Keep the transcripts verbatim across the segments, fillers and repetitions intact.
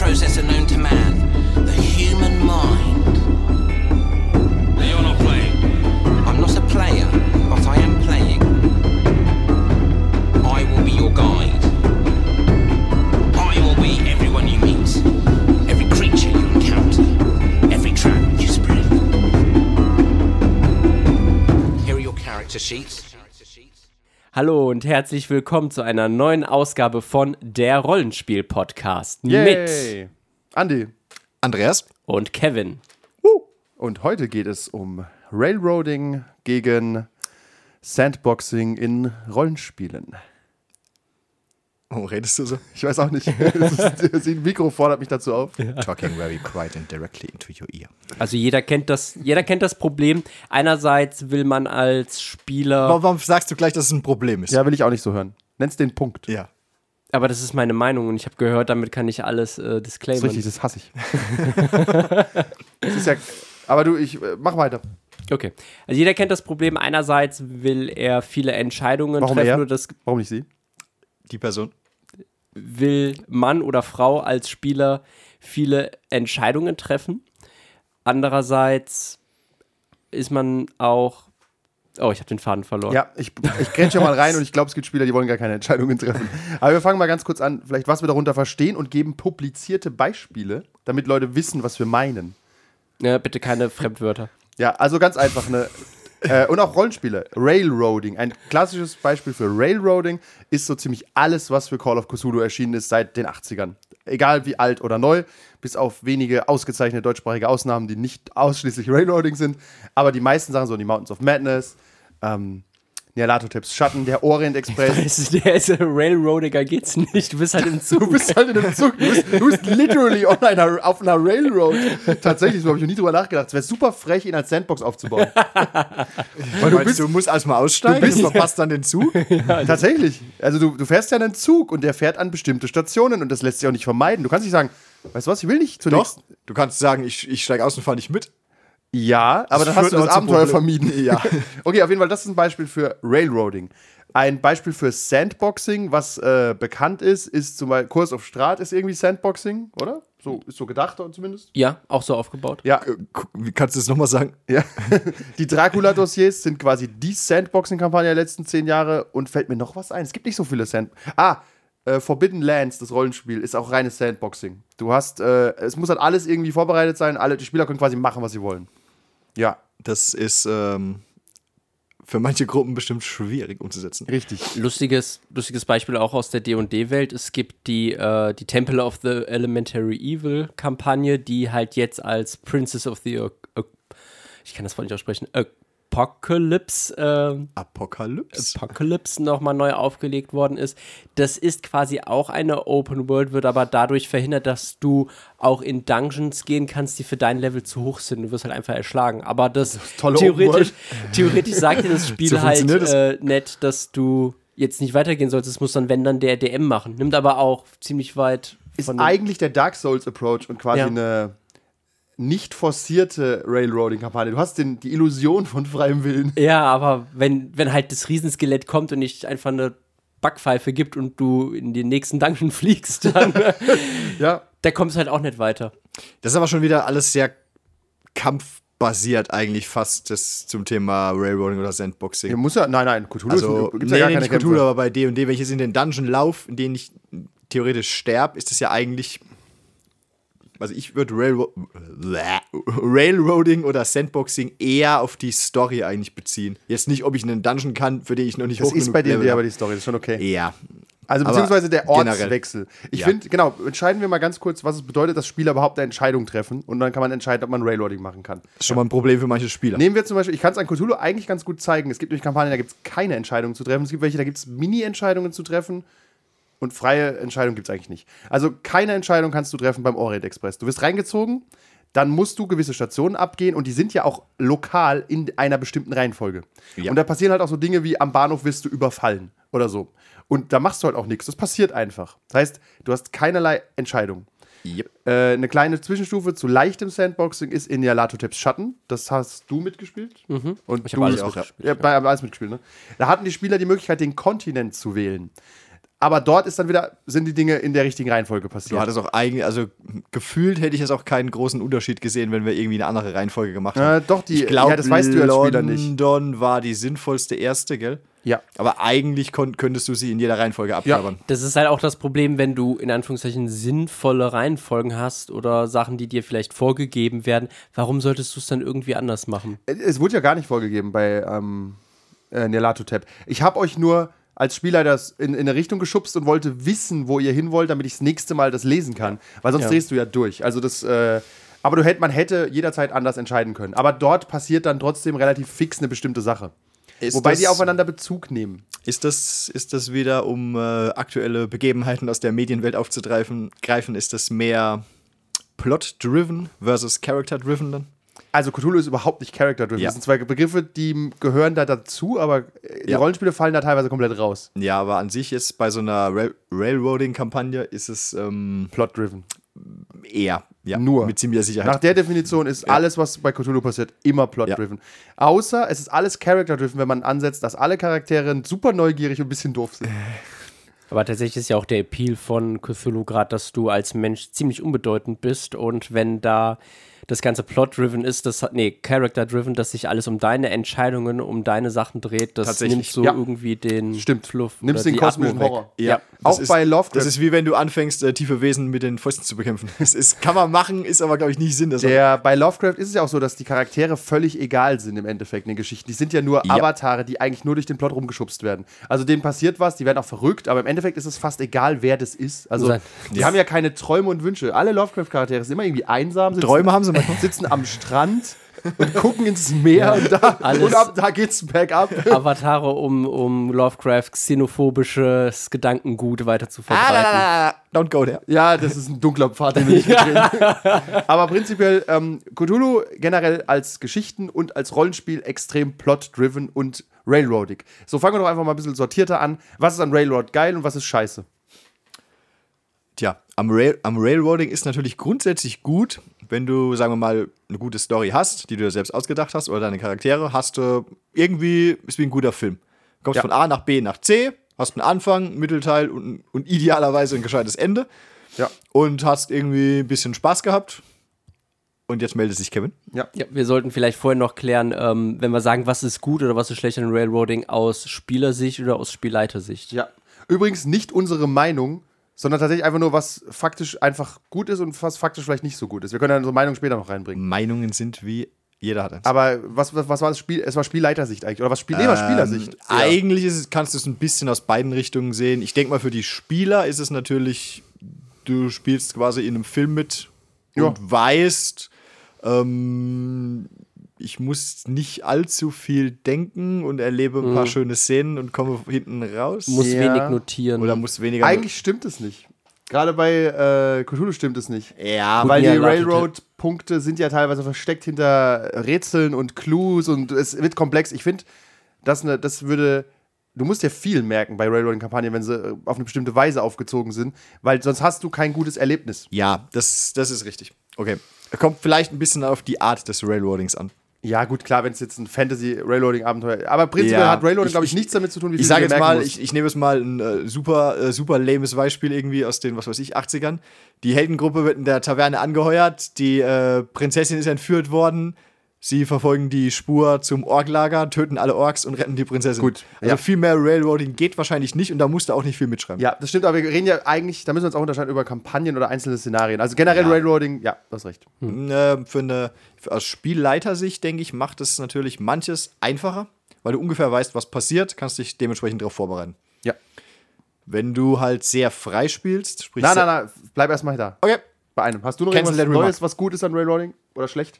processor known to man, the human mind. Now you're not playing. I'm not a player, but I am playing. I will be your guide. I will be everyone you meet, every creature you encounter, every trap you spread. Here are your character sheets. Hallo und herzlich willkommen zu einer neuen Ausgabe von Der Rollenspiel-Podcast Yay. mit Andi Andreas und Kevin. uh. Und heute geht es um Railroading gegen Sandboxing in Rollenspielen. Oh, redest du so? Ich weiß auch nicht. Das Mikro fordert mich dazu auf. Talking very quiet and directly into your ear. Also jeder kennt das, jeder kennt das Problem. Einerseits will man als Spieler... Warum, warum sagst du gleich, dass es ein Problem ist? Ja, will ich auch nicht so hören. Nenn's den Punkt. Ja. Aber das ist meine Meinung und ich habe gehört, damit kann ich alles äh, Das disclaimen. ist richtig, das hasse ich. Das ist ja, aber du, ich äh, mach weiter. Okay. Also jeder kennt das Problem. Einerseits will er viele Entscheidungen Warum treffen. er? Oder das Warum nicht sie? Die Person. will Mann oder Frau als Spieler viele Entscheidungen treffen. Andererseits ist man auch... Oh, ich habe den Faden verloren. Ja, ich, ich grätsche mal rein und ich glaube, es gibt Spieler, die wollen gar keine Entscheidungen treffen. Aber wir fangen mal ganz kurz an, vielleicht was wir darunter verstehen und geben publizierte Beispiele, damit Leute wissen, was wir meinen. Ja, bitte keine Fremdwörter. Ja, also ganz einfach eine... Äh, und auch Rollenspiele. Railroading. Ein klassisches Beispiel für Railroading ist so ziemlich alles, was für Call of Cthulhu erschienen ist seit den achtzigern. Egal wie alt oder neu, bis auf wenige ausgezeichnete deutschsprachige Ausnahmen, die nicht ausschließlich Railroading sind. Aber die meisten Sachen, so die Mountains of Madness, ähm, Nyarlathoteps Schatten, der Orient Express. Weißt du, der ist Railroadiger geht's nicht. Du bist halt im Zug. Du bist halt in einem Zug. Du bist, du bist literally on einer, auf einer Railroad. Tatsächlich, so habe ich noch nie drüber nachgedacht. Es wäre super frech, ihn als Sandbox aufzubauen. Weil du, meinst, du musst erstmal aussteigen, du, bist- du verpasst dann den Zug. Tatsächlich. Also du, du fährst ja einen Zug und der fährt an bestimmte Stationen und das lässt sich auch nicht vermeiden. Du kannst nicht sagen, weißt du was, ich will nicht zunächst. Doch, du kannst sagen, ich, ich steige aus und fahre nicht mit. Ja, aber dann hast führt du das auch zu Abenteuer Problemen. vermieden. Ja. Okay, auf jeden Fall, das ist ein Beispiel für Railroading. Ein Beispiel für Sandboxing, was äh, bekannt ist, ist zum Beispiel Kurs auf Strat ist irgendwie Sandboxing, oder? So ist so gedacht zumindest. Ja, auch so aufgebaut. Ja, Äh, guck, wie kannst du das nochmal sagen? ja. Die Dracula-Dossiers sind quasi die Sandboxing-Kampagne der letzten zehn Jahre und fällt mir noch was ein. Es gibt nicht so viele Sand... Ah, äh, Forbidden Lands, das Rollenspiel, ist auch reines Sandboxing. Du hast, äh, es muss halt alles irgendwie vorbereitet sein, alle, die Spieler können quasi machen, was sie wollen. Ja, Das ist ähm, für manche Gruppen bestimmt schwierig umzusetzen. richtig. Lustiges, lustiges Beispiel auch aus der D und D-Welt. Es gibt die, äh, die Temple of the Elementary Evil-Kampagne, die halt jetzt als Princess of the... Uh, uh, ich kann das Wort nicht aussprechen. Apocalypse... Äh, Apokalypse? Apocalypse nochmal neu aufgelegt worden ist. Das ist quasi auch eine Open World, wird aber dadurch verhindert, dass du auch in Dungeons gehen kannst, die für dein Level zu hoch sind. Du wirst halt einfach erschlagen. Aber das, ist tolle theoretisch, Open theoretisch sagt dir das Spiel So halt funktioniert es. äh, nett, dass du jetzt nicht weitergehen sollst. Das muss dann, wenn dann, der D M machen. Nimmt aber auch ziemlich weit Ist von dem- eigentlich der Dark Souls-Approach und quasi Ja. eine nicht forcierte Railroading-Kampagne. Du hast den, die Illusion von freiem Willen. Ja, aber wenn, wenn halt das Riesenskelett kommt und nicht einfach eine Backpfeife gibt und du in den nächsten Dungeon fliegst, dann Ja. da kommst du halt auch nicht weiter. Das ist aber schon wieder alles sehr kampfbasiert eigentlich fast das zum Thema Railroading oder Sandboxing. Ja, muss ja, nein, nein, Cthulhu Also, gibt's nee, ja gar nee, keine nicht Cthulhu, Kämpfe. aber bei D und D, wenn ich jetzt in den Dungeon laufe, in denen ich theoretisch sterbe, ist das ja eigentlich, also ich würde Railro- Railroading oder Sandboxing eher auf die Story eigentlich beziehen. Jetzt nicht, ob ich einen Dungeon kann, für den ich noch nicht Das hoch ist genug bei D und D Level aber hab. die Story, das ist schon okay. Ja. Also Aber beziehungsweise der generell. Ortswechsel. Ich Ja. finde, genau, entscheiden wir mal ganz kurz, was es bedeutet, dass Spieler überhaupt eine Entscheidung treffen und dann kann man entscheiden, ob man Railroading machen kann. Das ist schon mal ein Problem für manche Spieler. Nehmen wir zum Beispiel, ich kann es an Cthulhu eigentlich ganz gut zeigen. Es gibt nämlich Kampagnen, da gibt es keine Entscheidungen zu treffen. Es gibt welche, da gibt es Mini-Entscheidungen zu treffen und freie Entscheidungen gibt es eigentlich nicht. Also keine Entscheidung kannst du treffen beim Orient Express. Du wirst reingezogen, dann musst du gewisse Stationen abgehen und die sind ja auch lokal in einer bestimmten Reihenfolge. Ja. Und da passieren halt auch so Dinge wie, am Bahnhof wirst du überfallen oder so. Und da machst du halt auch nichts. Das passiert einfach. Das heißt, du hast keinerlei Entscheidung. Yep. Äh, eine kleine Zwischenstufe zu leichtem Sandboxing ist in Nyarlathoteps Schatten. Das hast du mitgespielt. Mhm. Und Ich du hab alles auch. mitgespielt, Ja, bei alles mitgespielt. Ne? Da hatten die Spieler die Möglichkeit, den Kontinent zu wählen. aber dort ist dann wieder, sind die Dinge in der richtigen Reihenfolge Du passiert. hattest auch eigentlich, also gefühlt hätte ich jetzt auch keinen großen Unterschied gesehen, wenn wir irgendwie eine andere Reihenfolge gemacht Äh, haben. doch, die, ich glaube, ja, das weißt du als Spieler nicht. London war die sinnvollste erste, gell? Ja. Aber eigentlich kon- könntest du sie in jeder Reihenfolge abklappern. Das ist halt auch das Problem, wenn du in Anführungszeichen sinnvolle Reihenfolgen hast oder Sachen, die dir vielleicht vorgegeben werden. Warum solltest du es dann irgendwie anders machen? Es wurde ja gar nicht vorgegeben bei ähm, äh, Nyarlathotep. Ich habe euch nur als Spieler das in, in eine Richtung geschubst und wollte wissen, wo ihr hin wollt, damit ich das nächste Mal das lesen kann. Weil sonst Ja. drehst du ja durch. Also das, äh, aber du hätt, man hätte jederzeit anders entscheiden können. Aber dort passiert dann trotzdem relativ fix eine bestimmte Sache. Ist Wobei das, die aufeinander Bezug nehmen. Ist das, ist das wieder, um äh, aktuelle Begebenheiten aus der Medienwelt aufzugreifen, greifen, ist das mehr Plot-driven versus Character-driven dann? Also Cthulhu ist überhaupt nicht character-driven. Ja. Das sind zwei Begriffe, die gehören da dazu, aber äh, die Ja. Rollenspiele fallen da teilweise komplett raus. Ja, aber an sich ist bei so einer Rail- Railroading-Kampagne ist es ähm, Plot-driven. eher, ja, Nur. mit ziemlicher Sicherheit. Nach der Definition ist Ja. alles, was bei Cthulhu passiert, immer plot-driven. Außer es ist alles character-driven, wenn man ansetzt, dass alle Charaktere super neugierig und ein bisschen doof sind. Aber tatsächlich ist ja auch der Appeal von Cthulhu gerade, dass du als Mensch ziemlich unbedeutend bist und wenn da das ganze Plot-driven ist, das nee, Character-driven, dass sich alles um deine Entscheidungen, um deine Sachen dreht, das Tatsächlich. nimmt so Ja. irgendwie den Stimmt. Fluff. Nimmst oder den die kosmischen Atmo weg. Horror. Ja, Auch das ist, bei Lovecraft. Das ist wie wenn du anfängst, äh, tiefe Wesen mit den Fäusten zu bekämpfen. Das ist, kann man machen, ist aber, glaube ich, nicht Sinn der Sache. Der, bei Lovecraft ist es ja auch so, dass die Charaktere völlig egal sind im Endeffekt in den Geschichten. Die sind ja nur Ja. Avatare, die eigentlich nur durch den Plot rumgeschubst werden. Also denen passiert was, die werden auch verrückt, aber im Endeffekt ist es fast egal, wer das ist. Also Sein. die Ja. haben ja keine Träume und Wünsche. Alle Lovecraft-Charaktere sind immer irgendwie einsam, sitzen, Träume haben sie manchmal. sitzen am Strand und gucken ins Meer und, da, Alles- und ab da geht's bergab. Avatare, um, um Lovecraft xenophobisches Gedankengut weiter zu verbreiten. Ah, don't go there. Ja, das ist ein dunkler Pfad, den wir nicht betreten. Aber prinzipiell, ähm, Cthulhu generell als Geschichten und als Rollenspiel extrem plot-driven und railroadig. So, fangen wir doch einfach mal ein bisschen sortierter an. Was ist an Railroad geil und was ist scheiße? Tja, am, Rail, am Railroading ist natürlich grundsätzlich gut, wenn du, sagen wir mal, eine gute Story hast, die du dir selbst ausgedacht hast, oder deine Charaktere, hast du irgendwie, ist wie ein guter Film. Du kommst Ja. von A nach B nach C, hast einen Anfang, einen Mittelteil und, und idealerweise ein gescheites Ende Ja. und hast irgendwie ein bisschen Spaß gehabt. Und jetzt meldet sich Kevin. Ja. Ja, wir sollten vielleicht vorher noch klären, ähm, wenn wir sagen, was ist gut oder was ist schlecht an Railroading, aus Spielersicht oder aus Spielleitersicht. Ja. Übrigens nicht unsere Meinung, sondern tatsächlich einfach nur, was faktisch einfach gut ist und was faktisch vielleicht nicht so gut ist. Wir können ja unsere Meinung später noch reinbringen. Meinungen sind wie jeder hat eins. Aber was, was, was war das Spiel? Es war Spielleitersicht eigentlich. Oder was Spiel? Nee, war Spielersicht. Ähm, eigentlich ist es, kannst du es ein bisschen aus beiden Richtungen sehen. Ich denke mal, für die Spieler ist es natürlich, du spielst quasi in einem Film mit Ja. und weißt, ähm, ich muss nicht allzu viel denken und erlebe ein paar schöne Szenen und komme hinten raus. Muss Ja. wenig notieren. Oder muss weniger. Eigentlich stimmt es nicht. Gerade bei äh, Cthulhu stimmt es nicht. ja, Weil die ja, Latte- Railroad-Punkte sind ja teilweise versteckt hinter Rätseln und Clues und es wird komplex. Ich finde, das, ne, das würde. Du musst ja viel merken bei Railroading-Kampagnen, wenn sie äh, auf eine bestimmte Weise aufgezogen sind, weil sonst hast du kein gutes Erlebnis. ja, das, das ist richtig. Okay. Kommt vielleicht ein bisschen auf die Art des Railroadings an. Ja, gut, klar, wenn es jetzt ein Fantasy-Railroading-Abenteuer ist. Aber prinzipiell Ja, hat Railroading, ich- glaube ich, ich- nichts damit zu tun, wie Ich viel sage du jetzt merken mal, musst. ich, ich nehme jetzt mal ein äh, super, äh, super lames Beispiel irgendwie aus den, was weiß ich, achtzigern. Die Heldengruppe wird in der Taverne angeheuert, die äh, Prinzessin ist entführt worden, sie verfolgen die Spur zum Orklager, töten alle Orks und retten die Prinzessin. Gut, Also ja. viel mehr Railroading geht wahrscheinlich nicht und da musst du auch nicht viel mitschreiben. Ja, das stimmt, aber wir reden ja eigentlich, da müssen wir uns auch unterscheiden über Kampagnen oder einzelne Szenarien. Also generell Ja. Railroading, ja, du hast recht. Äh, für eine, für aus Spielleitersicht, denke ich, macht es natürlich manches einfacher, weil du ungefähr weißt, was passiert, kannst dich dementsprechend darauf vorbereiten. Ja. Wenn du halt sehr frei spielst, sprich Nein, sehr- nein, nein, bleib erstmal da. Okay. Bei einem. Hast du noch Cancel irgendwas that remark. Neues, was gut ist an Railroading oder schlecht?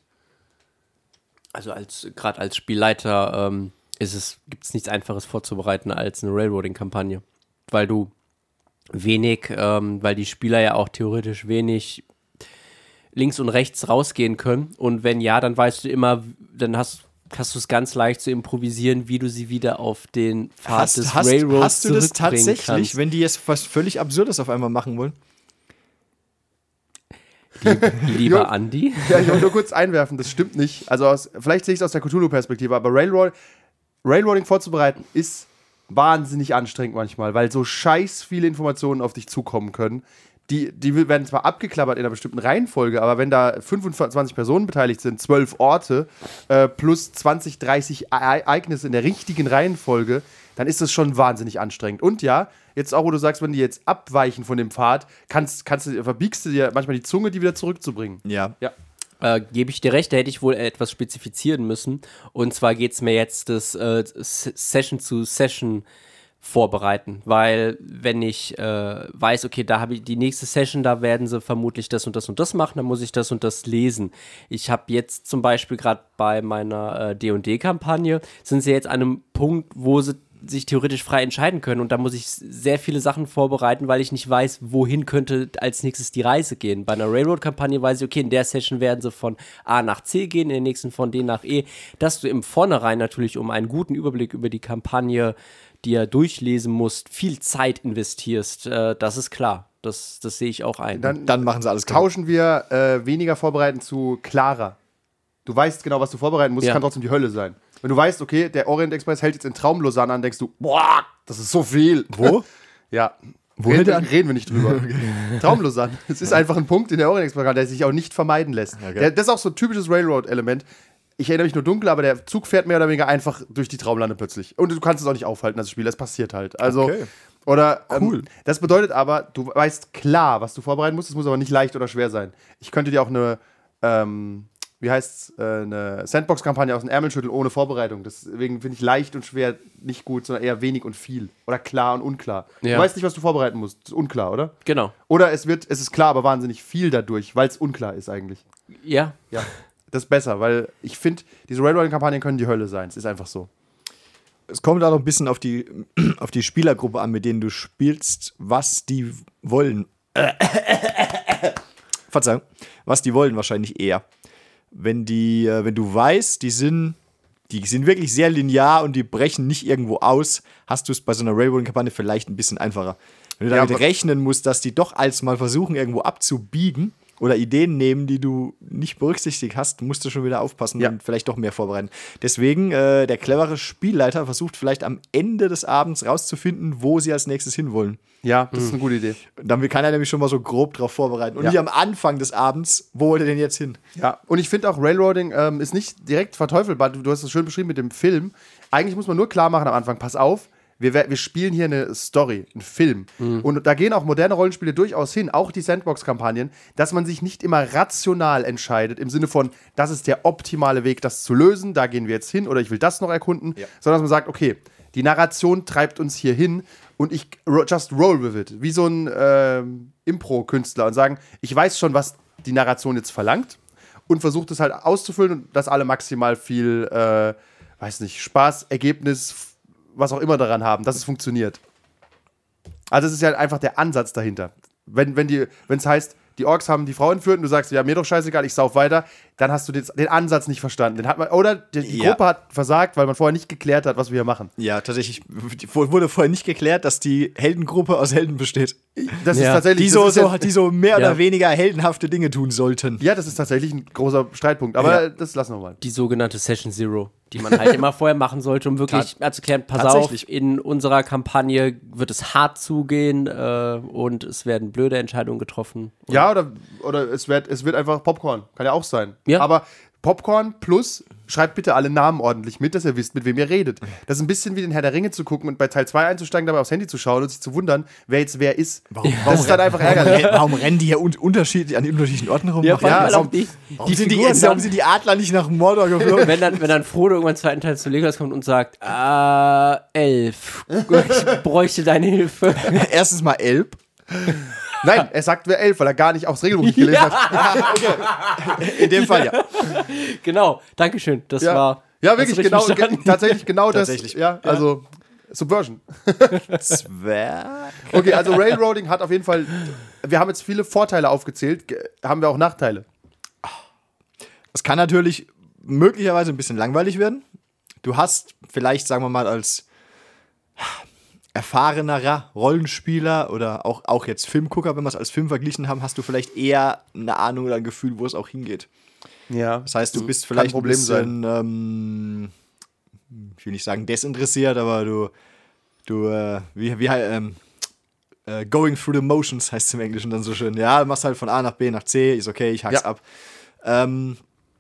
Also als gerade als Spielleiter ähm, ist es, gibt es nichts Einfaches vorzubereiten als eine Railroading-Kampagne. Weil du wenig, ähm, weil die Spieler ja auch theoretisch wenig links und rechts rausgehen können. Und wenn ja, dann weißt du immer, dann hast, hast du es ganz leicht zu improvisieren, wie du sie wieder auf den Pfad des Hast, hast, Railroads hast du das zurückbringen tatsächlich, kannst. wenn die jetzt was völlig Absurdes auf einmal machen wollen? Lieber Jo. Andi. Ja, ich wollte nur kurz einwerfen, das stimmt nicht. Also aus, vielleicht sehe ich es aus der Cthulhu-Perspektive, aber Railroad, Railroading vorzubereiten ist wahnsinnig anstrengend manchmal, weil so scheiß viele Informationen auf dich zukommen können. Die, die werden zwar abgeklappert in einer bestimmten Reihenfolge, aber wenn da fünfundzwanzig Personen beteiligt sind, zwölf Orte äh, plus zwanzig, dreißig Ereignisse in der richtigen Reihenfolge, dann ist das schon wahnsinnig anstrengend. Und ja, jetzt auch, wo du sagst, wenn die jetzt abweichen von dem Pfad, kannst, kannst du, verbiegst du dir manchmal die Zunge, die wieder zurückzubringen. Ja. Ja. Äh, gebe ich dir recht, da hätte ich wohl etwas spezifizieren müssen. Und zwar geht es mir jetzt das äh, Session zu Session vorbereiten, weil wenn ich äh, weiß, okay, da habe ich die nächste Session, da werden sie vermutlich das und das und das machen, dann muss ich das und das lesen. Ich habe jetzt zum Beispiel gerade bei meiner äh, D und D-Kampagne, sind sie jetzt an einem Punkt, wo sie sich theoretisch frei entscheiden können und da muss ich sehr viele Sachen vorbereiten, weil ich nicht weiß, wohin könnte als nächstes die Reise gehen. Bei einer Railroad-Kampagne weiß ich, okay, in der Session werden sie von A nach C gehen, in der nächsten von D nach E. Dass du im Vornherein natürlich, um einen guten Überblick über die Kampagne dir durchlesen musst, viel Zeit investierst, äh, das ist klar. Das, das sehe ich auch ein. Dann, Dann machen sie alles klar. tauschen wir äh, weniger vorbereiten zu klarer. Du weißt genau, was du vorbereiten musst, Ja. kann trotzdem die Hölle sein. Wenn du weißt, okay, der Orient Express hält jetzt in Traumlausanne an, denkst du, boah, das ist so viel. Wo? Ja. Wo reden, hält er an? reden wir nicht drüber. Traumlausanne. Es ist einfach ein Punkt in der Orient Express, der sich auch nicht vermeiden lässt. Okay. Der, das ist auch so ein typisches Railroad-Element. Ich erinnere mich nur dunkel, aber der Zug fährt mehr oder weniger einfach durch die Traumlande plötzlich. Und du kannst es auch nicht aufhalten als Spieler, es passiert halt. Also, Okay. oder, Cool. ähm, das bedeutet aber, du weißt klar, was du vorbereiten musst, es muss aber nicht leicht oder schwer sein. Ich könnte dir auch eine, ähm, wie heißt's, äh, eine Sandbox-Kampagne aus dem Ärmel schütteln ohne Vorbereitung. Deswegen finde ich leicht und schwer nicht gut, sondern eher wenig und viel. Oder klar und unklar. Ja. Du weißt nicht, was du vorbereiten musst. Das ist unklar, oder? Genau. Oder es wird, es ist klar, aber wahnsinnig viel dadurch, weil es unklar ist eigentlich. Ja. Ja, das ist besser, weil ich finde, diese Railroading-Kampagnen können die Hölle sein. Es ist einfach so. Es kommt auch noch ein bisschen auf die, auf die Spielergruppe an, mit denen du spielst, was die wollen. Verzeihung. Was die wollen wahrscheinlich eher. Wenn die, äh, wenn du weißt, die sind, die sind wirklich sehr linear und die brechen nicht irgendwo aus, hast du es bei so einer Railroading-Kampagne vielleicht ein bisschen einfacher. Wenn du Ja, damit aber- rechnen musst, dass die doch als mal versuchen, irgendwo abzubiegen oder Ideen nehmen, die du nicht berücksichtigt hast, musst du schon wieder aufpassen Ja. und vielleicht doch mehr vorbereiten. Deswegen, äh, der clevere Spielleiter versucht vielleicht am Ende des Abends rauszufinden, wo sie als nächstes hinwollen. Ja, das ist eine gute Idee. Dann kann er nämlich schon mal so grob drauf vorbereiten. Und Ja. nicht am Anfang des Abends, wo wollt ihr denn jetzt hin? Ja, und ich finde auch, Railroading ähm, ist nicht direkt verteufelbar. Du, du hast es schön beschrieben mit dem Film. Eigentlich muss man nur klar machen am Anfang, pass auf, wir, wir spielen hier eine Story, einen Film. Und da gehen auch moderne Rollenspiele durchaus hin, auch die Sandbox-Kampagnen, dass man sich nicht immer rational entscheidet, im Sinne von, das ist der optimale Weg, das zu lösen, da gehen wir jetzt hin oder ich will das noch erkunden, Ja. sondern dass man sagt, okay, die Narration treibt uns hier hin und ich ro- just roll with it, wie so ein ähm, Impro-Künstler und sagen, ich weiß schon, was die Narration jetzt verlangt und versucht es halt auszufüllen und dass alle maximal viel, äh, weiß nicht, Spaß, Ergebnis, f- was auch immer daran haben, dass es funktioniert. Also es ist ja einfach der Ansatz dahinter. Wenn wenn die, wenn es heißt, die Orks haben die Frau entführt und du sagst, ja, mir doch scheißegal, ich sauf weiter, dann hast du den, den Ansatz nicht verstanden. Den hat man, oder die, die Ja. Gruppe hat versagt, weil man vorher nicht geklärt hat, was wir hier machen. Ja, tatsächlich wurde vorher nicht geklärt, dass die Heldengruppe aus Helden besteht. Das ist Ja. tatsächlich Die so, das ist so, ja, die so mehr Ja. oder weniger heldenhafte Dinge tun sollten. ja, das ist tatsächlich ein großer Streitpunkt, aber Ja. das lassen wir mal. Die sogenannte Session Zero, die man halt immer vorher machen sollte, um wirklich Ta- zu klären, pass tatsächlich. auf, in unserer Kampagne wird es hart zugehen äh, und es werden blöde Entscheidungen getroffen. Ja, oder, oder es, wird, es wird einfach Popcorn. Kann ja auch sein. Ja. Aber Popcorn plus, schreibt bitte alle Namen ordentlich mit, dass ihr wisst, mit wem ihr redet. Das ist ein bisschen wie den Herr der Ringe zu gucken und bei Teil zwei einzusteigen, dabei aufs Handy zu schauen und sich zu wundern, wer jetzt wer ist. Warum- das ist dann einfach ärgerlich. Warum rennen die hier un unterschiedlich an unterschiedlichen Orten rum? Ja, Warum- vor allem, ja, weil warum- auch die, warum, die sind die, Figuren warum dann, sind die Adler nicht nach Mordor geflogen? wenn dann, wenn dann Frodo irgendwann zweiten Teil zu Legolas kommt und sagt, ah, Elf, ich bräuchte deine Hilfe. Erstens mal Elb. Nein, er sagt, wer elf, weil er gar nicht aufs Regelbuch nicht gelesen hat. In dem Fall ja. Genau, Dankeschön, das Ja, war... ja hast du wirklich, richtig genau, ge verstanden? tatsächlich genau das. Tatsächlich. Ja, also Subversion. Zwerg. Okay, also Railroading hat auf jeden Fall, wir haben jetzt viele Vorteile aufgezählt, ge- haben wir auch Nachteile. Es kann natürlich möglicherweise ein bisschen langweilig werden. Du hast vielleicht, sagen wir mal, als erfahrenerer Rollenspieler oder auch, auch jetzt Filmgucker, wenn wir es als Film verglichen haben, hast du vielleicht eher eine Ahnung oder ein Gefühl, wo es auch hingeht. Ja. Das heißt, du bist Kann vielleicht ein Problem ein bisschen, ähm, ich will nicht sagen desinteressiert, aber du, Du, äh, wie, wie, ähm, äh, going through the motions heißt es im Englischen dann so schön. Ja, du machst halt von A nach B nach C, ist okay, ich hack's Ja. ab. Ähm,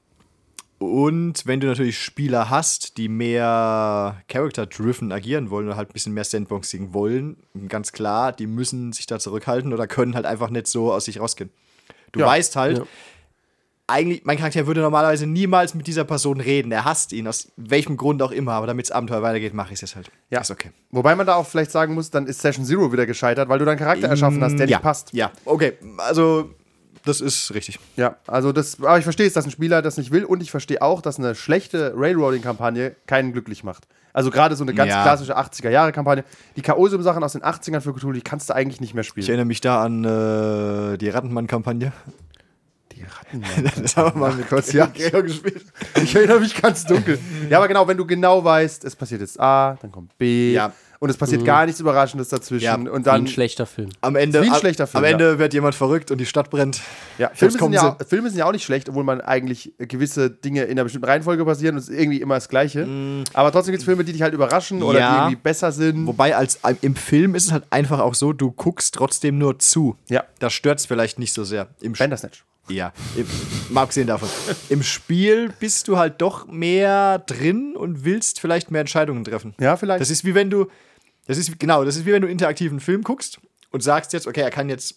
und wenn du natürlich Spieler hast, die mehr Character-driven agieren wollen oder halt ein bisschen mehr Sandboxing wollen, ganz klar, die müssen sich da zurückhalten oder können halt einfach nicht so aus sich rausgehen. Du Ja. weißt halt, Ja. eigentlich, mein Charakter würde normalerweise niemals mit dieser Person reden. Er hasst ihn, aus welchem Grund auch immer, aber damit das Abenteuer weitergeht, mache ich es jetzt halt. Ja. Ist okay. Wobei man da auch vielleicht sagen muss, dann ist Session Zero wieder gescheitert, weil du deinen Charakter erschaffen hast, der ja. nicht passt. Ja, okay, also das ist richtig. Ja, also das, aber ich verstehe es, dass ein Spieler das nicht will und ich verstehe auch, dass eine schlechte Railroading-Kampagne keinen glücklich macht. Also gerade so eine ganz Ja. klassische achtziger-Jahre-Kampagne. Die K O-Sachen aus den achtzigern für Cthulhu, die kannst du eigentlich nicht mehr Ich spielen. erinnere mich da an äh, die Rattenmann-Kampagne. Die Ratten. Das haben wir mal mit kurz, ja. Gregor gespielt. Ich erinnere mich ganz dunkel. Ja, aber genau, wenn du genau weißt, es passiert jetzt A, dann kommt B Ja. und es passiert gar nichts Überraschendes dazwischen Ja. und Wie dann ein schlechter Film. Am Ende, Wie ein am- schlechter Film, am Ende wird jemand verrückt und die Stadt brennt. Ja, Jetzt Filme sind kommen ja, sie. Filme sind ja auch nicht schlecht, obwohl man eigentlich gewisse Dinge in einer bestimmten Reihenfolge passieren und es ist irgendwie immer das Gleiche. Aber trotzdem gibt es Filme, die dich halt überraschen oder Mm. Ja. die irgendwie besser sind. Wobei als im Film ist es halt einfach auch so, du guckst trotzdem nur zu. Ja. Da stört es vielleicht nicht so sehr. Im Sp- Bandersnatch. Ja, im, mal abgesehen davon. Im Spiel bist du halt doch mehr drin und willst vielleicht mehr Entscheidungen treffen. Ja, vielleicht. Das ist wie wenn du, das ist genau, das ist wie wenn du interaktiven Film guckst und sagst jetzt, okay, er kann jetzt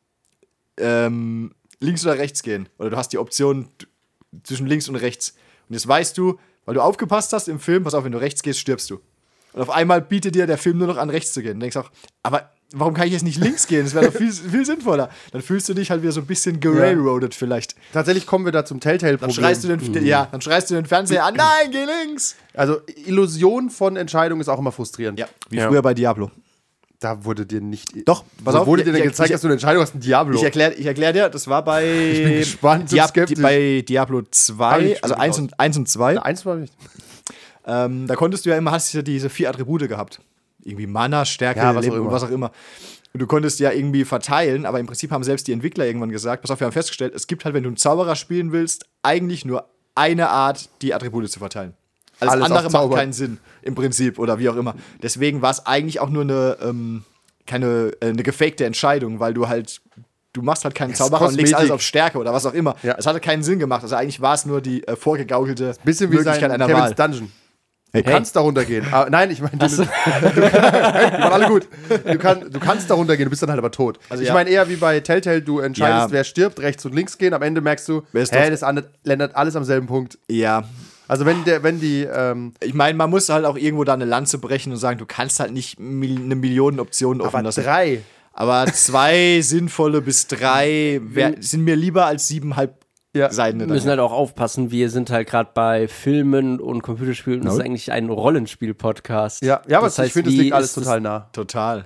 ähm, links oder rechts gehen. Oder du hast die Option t- zwischen links und rechts. Und jetzt weißt du, weil du aufgepasst hast im Film, pass auf, wenn du rechts gehst, stirbst du. Und auf einmal bietet dir der Film nur noch an, rechts zu gehen. Und denkst auch, aber warum kann ich jetzt nicht links gehen? Das wäre doch viel, viel sinnvoller. Dann fühlst du dich halt wieder so ein bisschen gerailroadet vielleicht. Tatsächlich kommen wir da zum Dann Telltale-Problem. schreist, du den, ja, dann schreist du den Fernseher an, nein, geh links! Also Illusion von Entscheidung ist auch immer frustrierend. Ja, wie Ja. früher bei Diablo. Da wurde dir nicht. Doch, pass Wo auf, wurde ich- dir denn ich- gezeigt, ich- dass du eine Entscheidung hast? Ein Diablo. Ich erkläre ich erklär dir, das war bei, Ich bin gespannt und Diab skeptisch. bei Diablo zwei, Alles also schon eins raus. und, eins und zwei. Eins war nicht. Ähm, da konntest du ja immer, hast du ja diese vier Attribute gehabt. Irgendwie Mana, Stärke, Ja, was Leben auch und immer. was auch immer. Und du konntest ja irgendwie verteilen, aber im Prinzip haben selbst die Entwickler irgendwann gesagt, pass auf, wir haben festgestellt, es gibt halt, wenn du einen Zauberer spielen willst, eigentlich nur eine Art, die Attribute zu verteilen. Alles, Alles andere auf macht Zauber. keinen Sinn, im Prinzip, oder wie auch immer. Deswegen war es eigentlich auch nur eine, ähm, keine, äh, eine gefakte Entscheidung, weil du halt, du machst halt keinen ist Zauberer und legst Kosmetik. alles auf Stärke oder was auch immer. Ja. Es hatte keinen Sinn gemacht. Also eigentlich war es nur die äh, vorgegaukelte Bisschen wie Möglichkeit sein einer Kevin's Wahl. Dungeon. Hey. Du kannst darunter gehen. Ah, nein, ich meine, du, du, hey, die waren alle gut. Du, kann, du kannst darunter gehen, du bist dann halt aber tot. Also ich ja. meine eher wie bei Telltale, du entscheidest, Ja. wer stirbt, rechts und links gehen. Am Ende merkst du, Wer ist hä, das? das andere landet alles am selben Punkt. Ja, Also wenn der, wenn die, ähm, ich meine, man muss halt auch irgendwo da eine Lanze brechen und sagen, du kannst halt nicht mil eine Million Optionen offen aber lassen. drei. Aber zwei sinnvolle bis drei wär, sind mir lieber als siebenhalb Ja. Seiten. Wir müssen halt auch aufpassen, wir sind halt gerade bei Filmen und Computerspielen und das ist eigentlich ein Rollenspiel-Podcast. Ja, ja, aber Das heißt, ich finde, es wie liegt alles ist das- total nah. Total.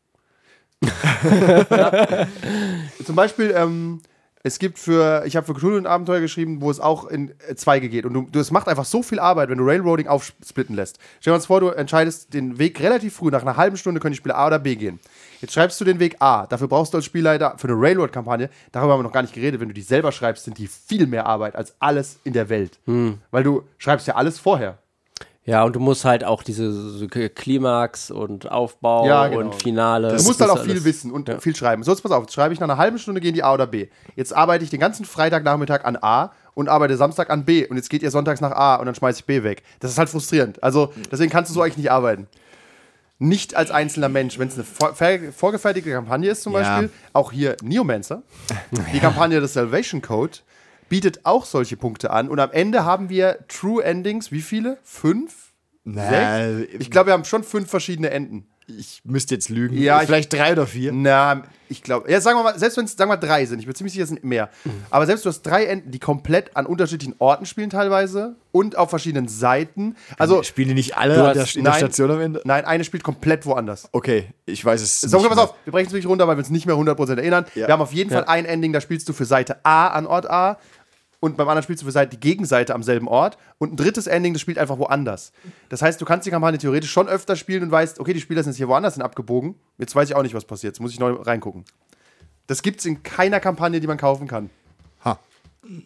Zum Beispiel, ähm, es gibt für, ich habe für Cthulhu ein Abenteuer geschrieben, wo es auch in äh, Zweige geht. Und du, du, es macht einfach so viel Arbeit, wenn du Railroading aufsplitten lässt. Stell dir uns vor, du entscheidest den Weg relativ früh, nach einer halben Stunde können die Spieler A oder B gehen. Jetzt schreibst du den Weg A. Dafür brauchst du als Spielleiter für eine Railroad-Kampagne, darüber haben wir noch gar nicht geredet, wenn du die selber schreibst, sind die viel mehr Arbeit als alles in der Welt. Weil du schreibst ja alles vorher. Ja, und du musst halt auch diese so Klimax und Aufbau Ja, genau. und Finale. Du das musst halt ist auch viel alles- wissen und Ja. viel schreiben. So, jetzt pass auf, jetzt schreibe ich nach einer halben Stunde gehen die A oder B. Jetzt arbeite ich den ganzen Freitagnachmittag an A und arbeite Samstag an B. Und jetzt geht ihr sonntags nach A und dann schmeiße ich B weg. Das ist halt frustrierend. Also, deswegen kannst du so eigentlich nicht arbeiten. Nicht als einzelner Mensch. Wenn es eine vor ver- vorgefertigte Kampagne ist, zum Ja. Beispiel, auch hier Neomancer, die Kampagne des Salvation Code, bietet auch solche Punkte an. Und am Ende haben wir True Endings, wie viele? Fünf? Na, Sechs? Ich glaube, wir haben schon fünf verschiedene Enden. ich müsste jetzt lügen. Ja, ich- Vielleicht drei oder vier. Na, ich glaube, ja, sagen wir mal, selbst wenn es, sagen wir mal, drei sind, ich bin ziemlich sicher, es sind mehr. Aber selbst du hast drei Enden, die komplett an unterschiedlichen Orten spielen teilweise und auf verschiedenen Seiten. Also, Spielen die nicht alle Du an hast- der, in der nein. Station am Ende? nein, eine spielt komplett woanders. Okay, ich weiß es So, nicht pass mehr. auf, wir brechen es wirklich runter, weil wir uns nicht mehr hundert Prozent erinnern. Ja. Wir haben auf jeden Fall ein Ending, da spielst du für Seite A an Ort A und beim anderen spielst du für Seite, die Gegenseite am selben Ort und ein drittes Ending, das spielt einfach woanders. Das heißt, du kannst die Kampagne theoretisch schon öfter spielen und weißt, okay, die Spieler sind jetzt hier woanders hin abgebogen. Jetzt weiß ich auch nicht, was passiert. Jetzt muss ich neu reingucken. Das gibt's in keiner Kampagne, die man kaufen kann. Ha.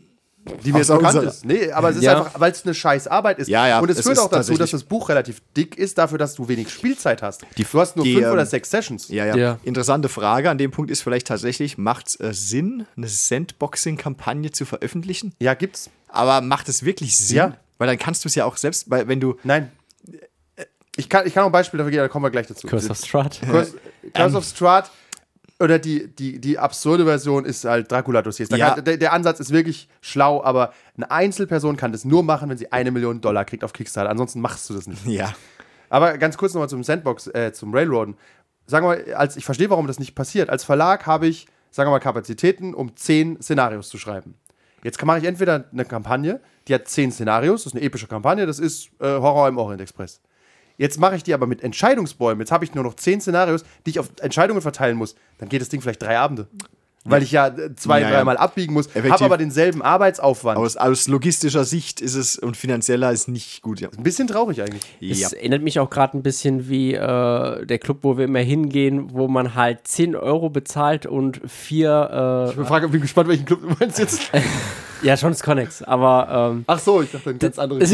die mir jetzt Außer bekannt unserer. ist. Nee, aber es ist Ja. einfach, weil es eine scheiß Arbeit ist. Ja, ja, Und es, es führt ist auch dazu, tatsächlich- dass das Buch relativ dick ist, dafür, dass du wenig Spielzeit hast. Die- du hast nur die, fünf ähm, oder sechs Sessions. Ja, ja, Ja. Interessante Frage an dem Punkt ist vielleicht tatsächlich, macht es äh, Sinn, eine Sandboxing-Kampagne zu veröffentlichen? Ja, gibt's. Aber macht es wirklich Sinn? Ja. Weil dann kannst du es ja auch selbst, weil wenn du. Nein. Ich kann, ich kann auch ein Beispiel dafür geben, da kommen wir gleich dazu. Curse of Strahd. Curse, Curse of Strahd oder die, die, die absurde Version ist halt Dracula-Dossiers. Da Ja. kann- Der, der Ansatz ist wirklich schlau, aber eine Einzelperson kann das nur machen, wenn sie eine Million Dollar kriegt auf Kickstarter. Ansonsten machst du das nicht. Ja. Aber ganz kurz nochmal zum Sandbox, äh, zum Railroaden. Sagen wir mal, als, ich verstehe, warum das nicht passiert. Als Verlag habe ich, sagen wir mal, Kapazitäten, um zehn Szenarios zu schreiben. Jetzt mache ich entweder eine Kampagne, die hat zehn Szenarios, das ist eine epische Kampagne, das ist äh, Horror im Orient Express. Jetzt mache ich die aber mit Entscheidungsbäumen. Jetzt habe ich nur noch zehn Szenarios, die ich auf Entscheidungen verteilen muss. Dann geht das Ding vielleicht drei Abende. Weil ich ja äh, zwei, Ja, ja. dreimal abbiegen muss, Effektiv. habe aber denselben Arbeitsaufwand. Aus, aus logistischer Sicht ist es und finanzieller ist nicht gut, ja. Ein bisschen traurig eigentlich. Ja. Es erinnert mich auch gerade ein bisschen wie äh, der Club, wo wir immer hingehen, wo man halt zehn Euro bezahlt und vier. Ich bin, frage, bin gespannt, welchen Club du meinst jetzt. Äh, ja, John's Connex, aber. Ähm, Ach so, ich dachte, ein ganz anderes.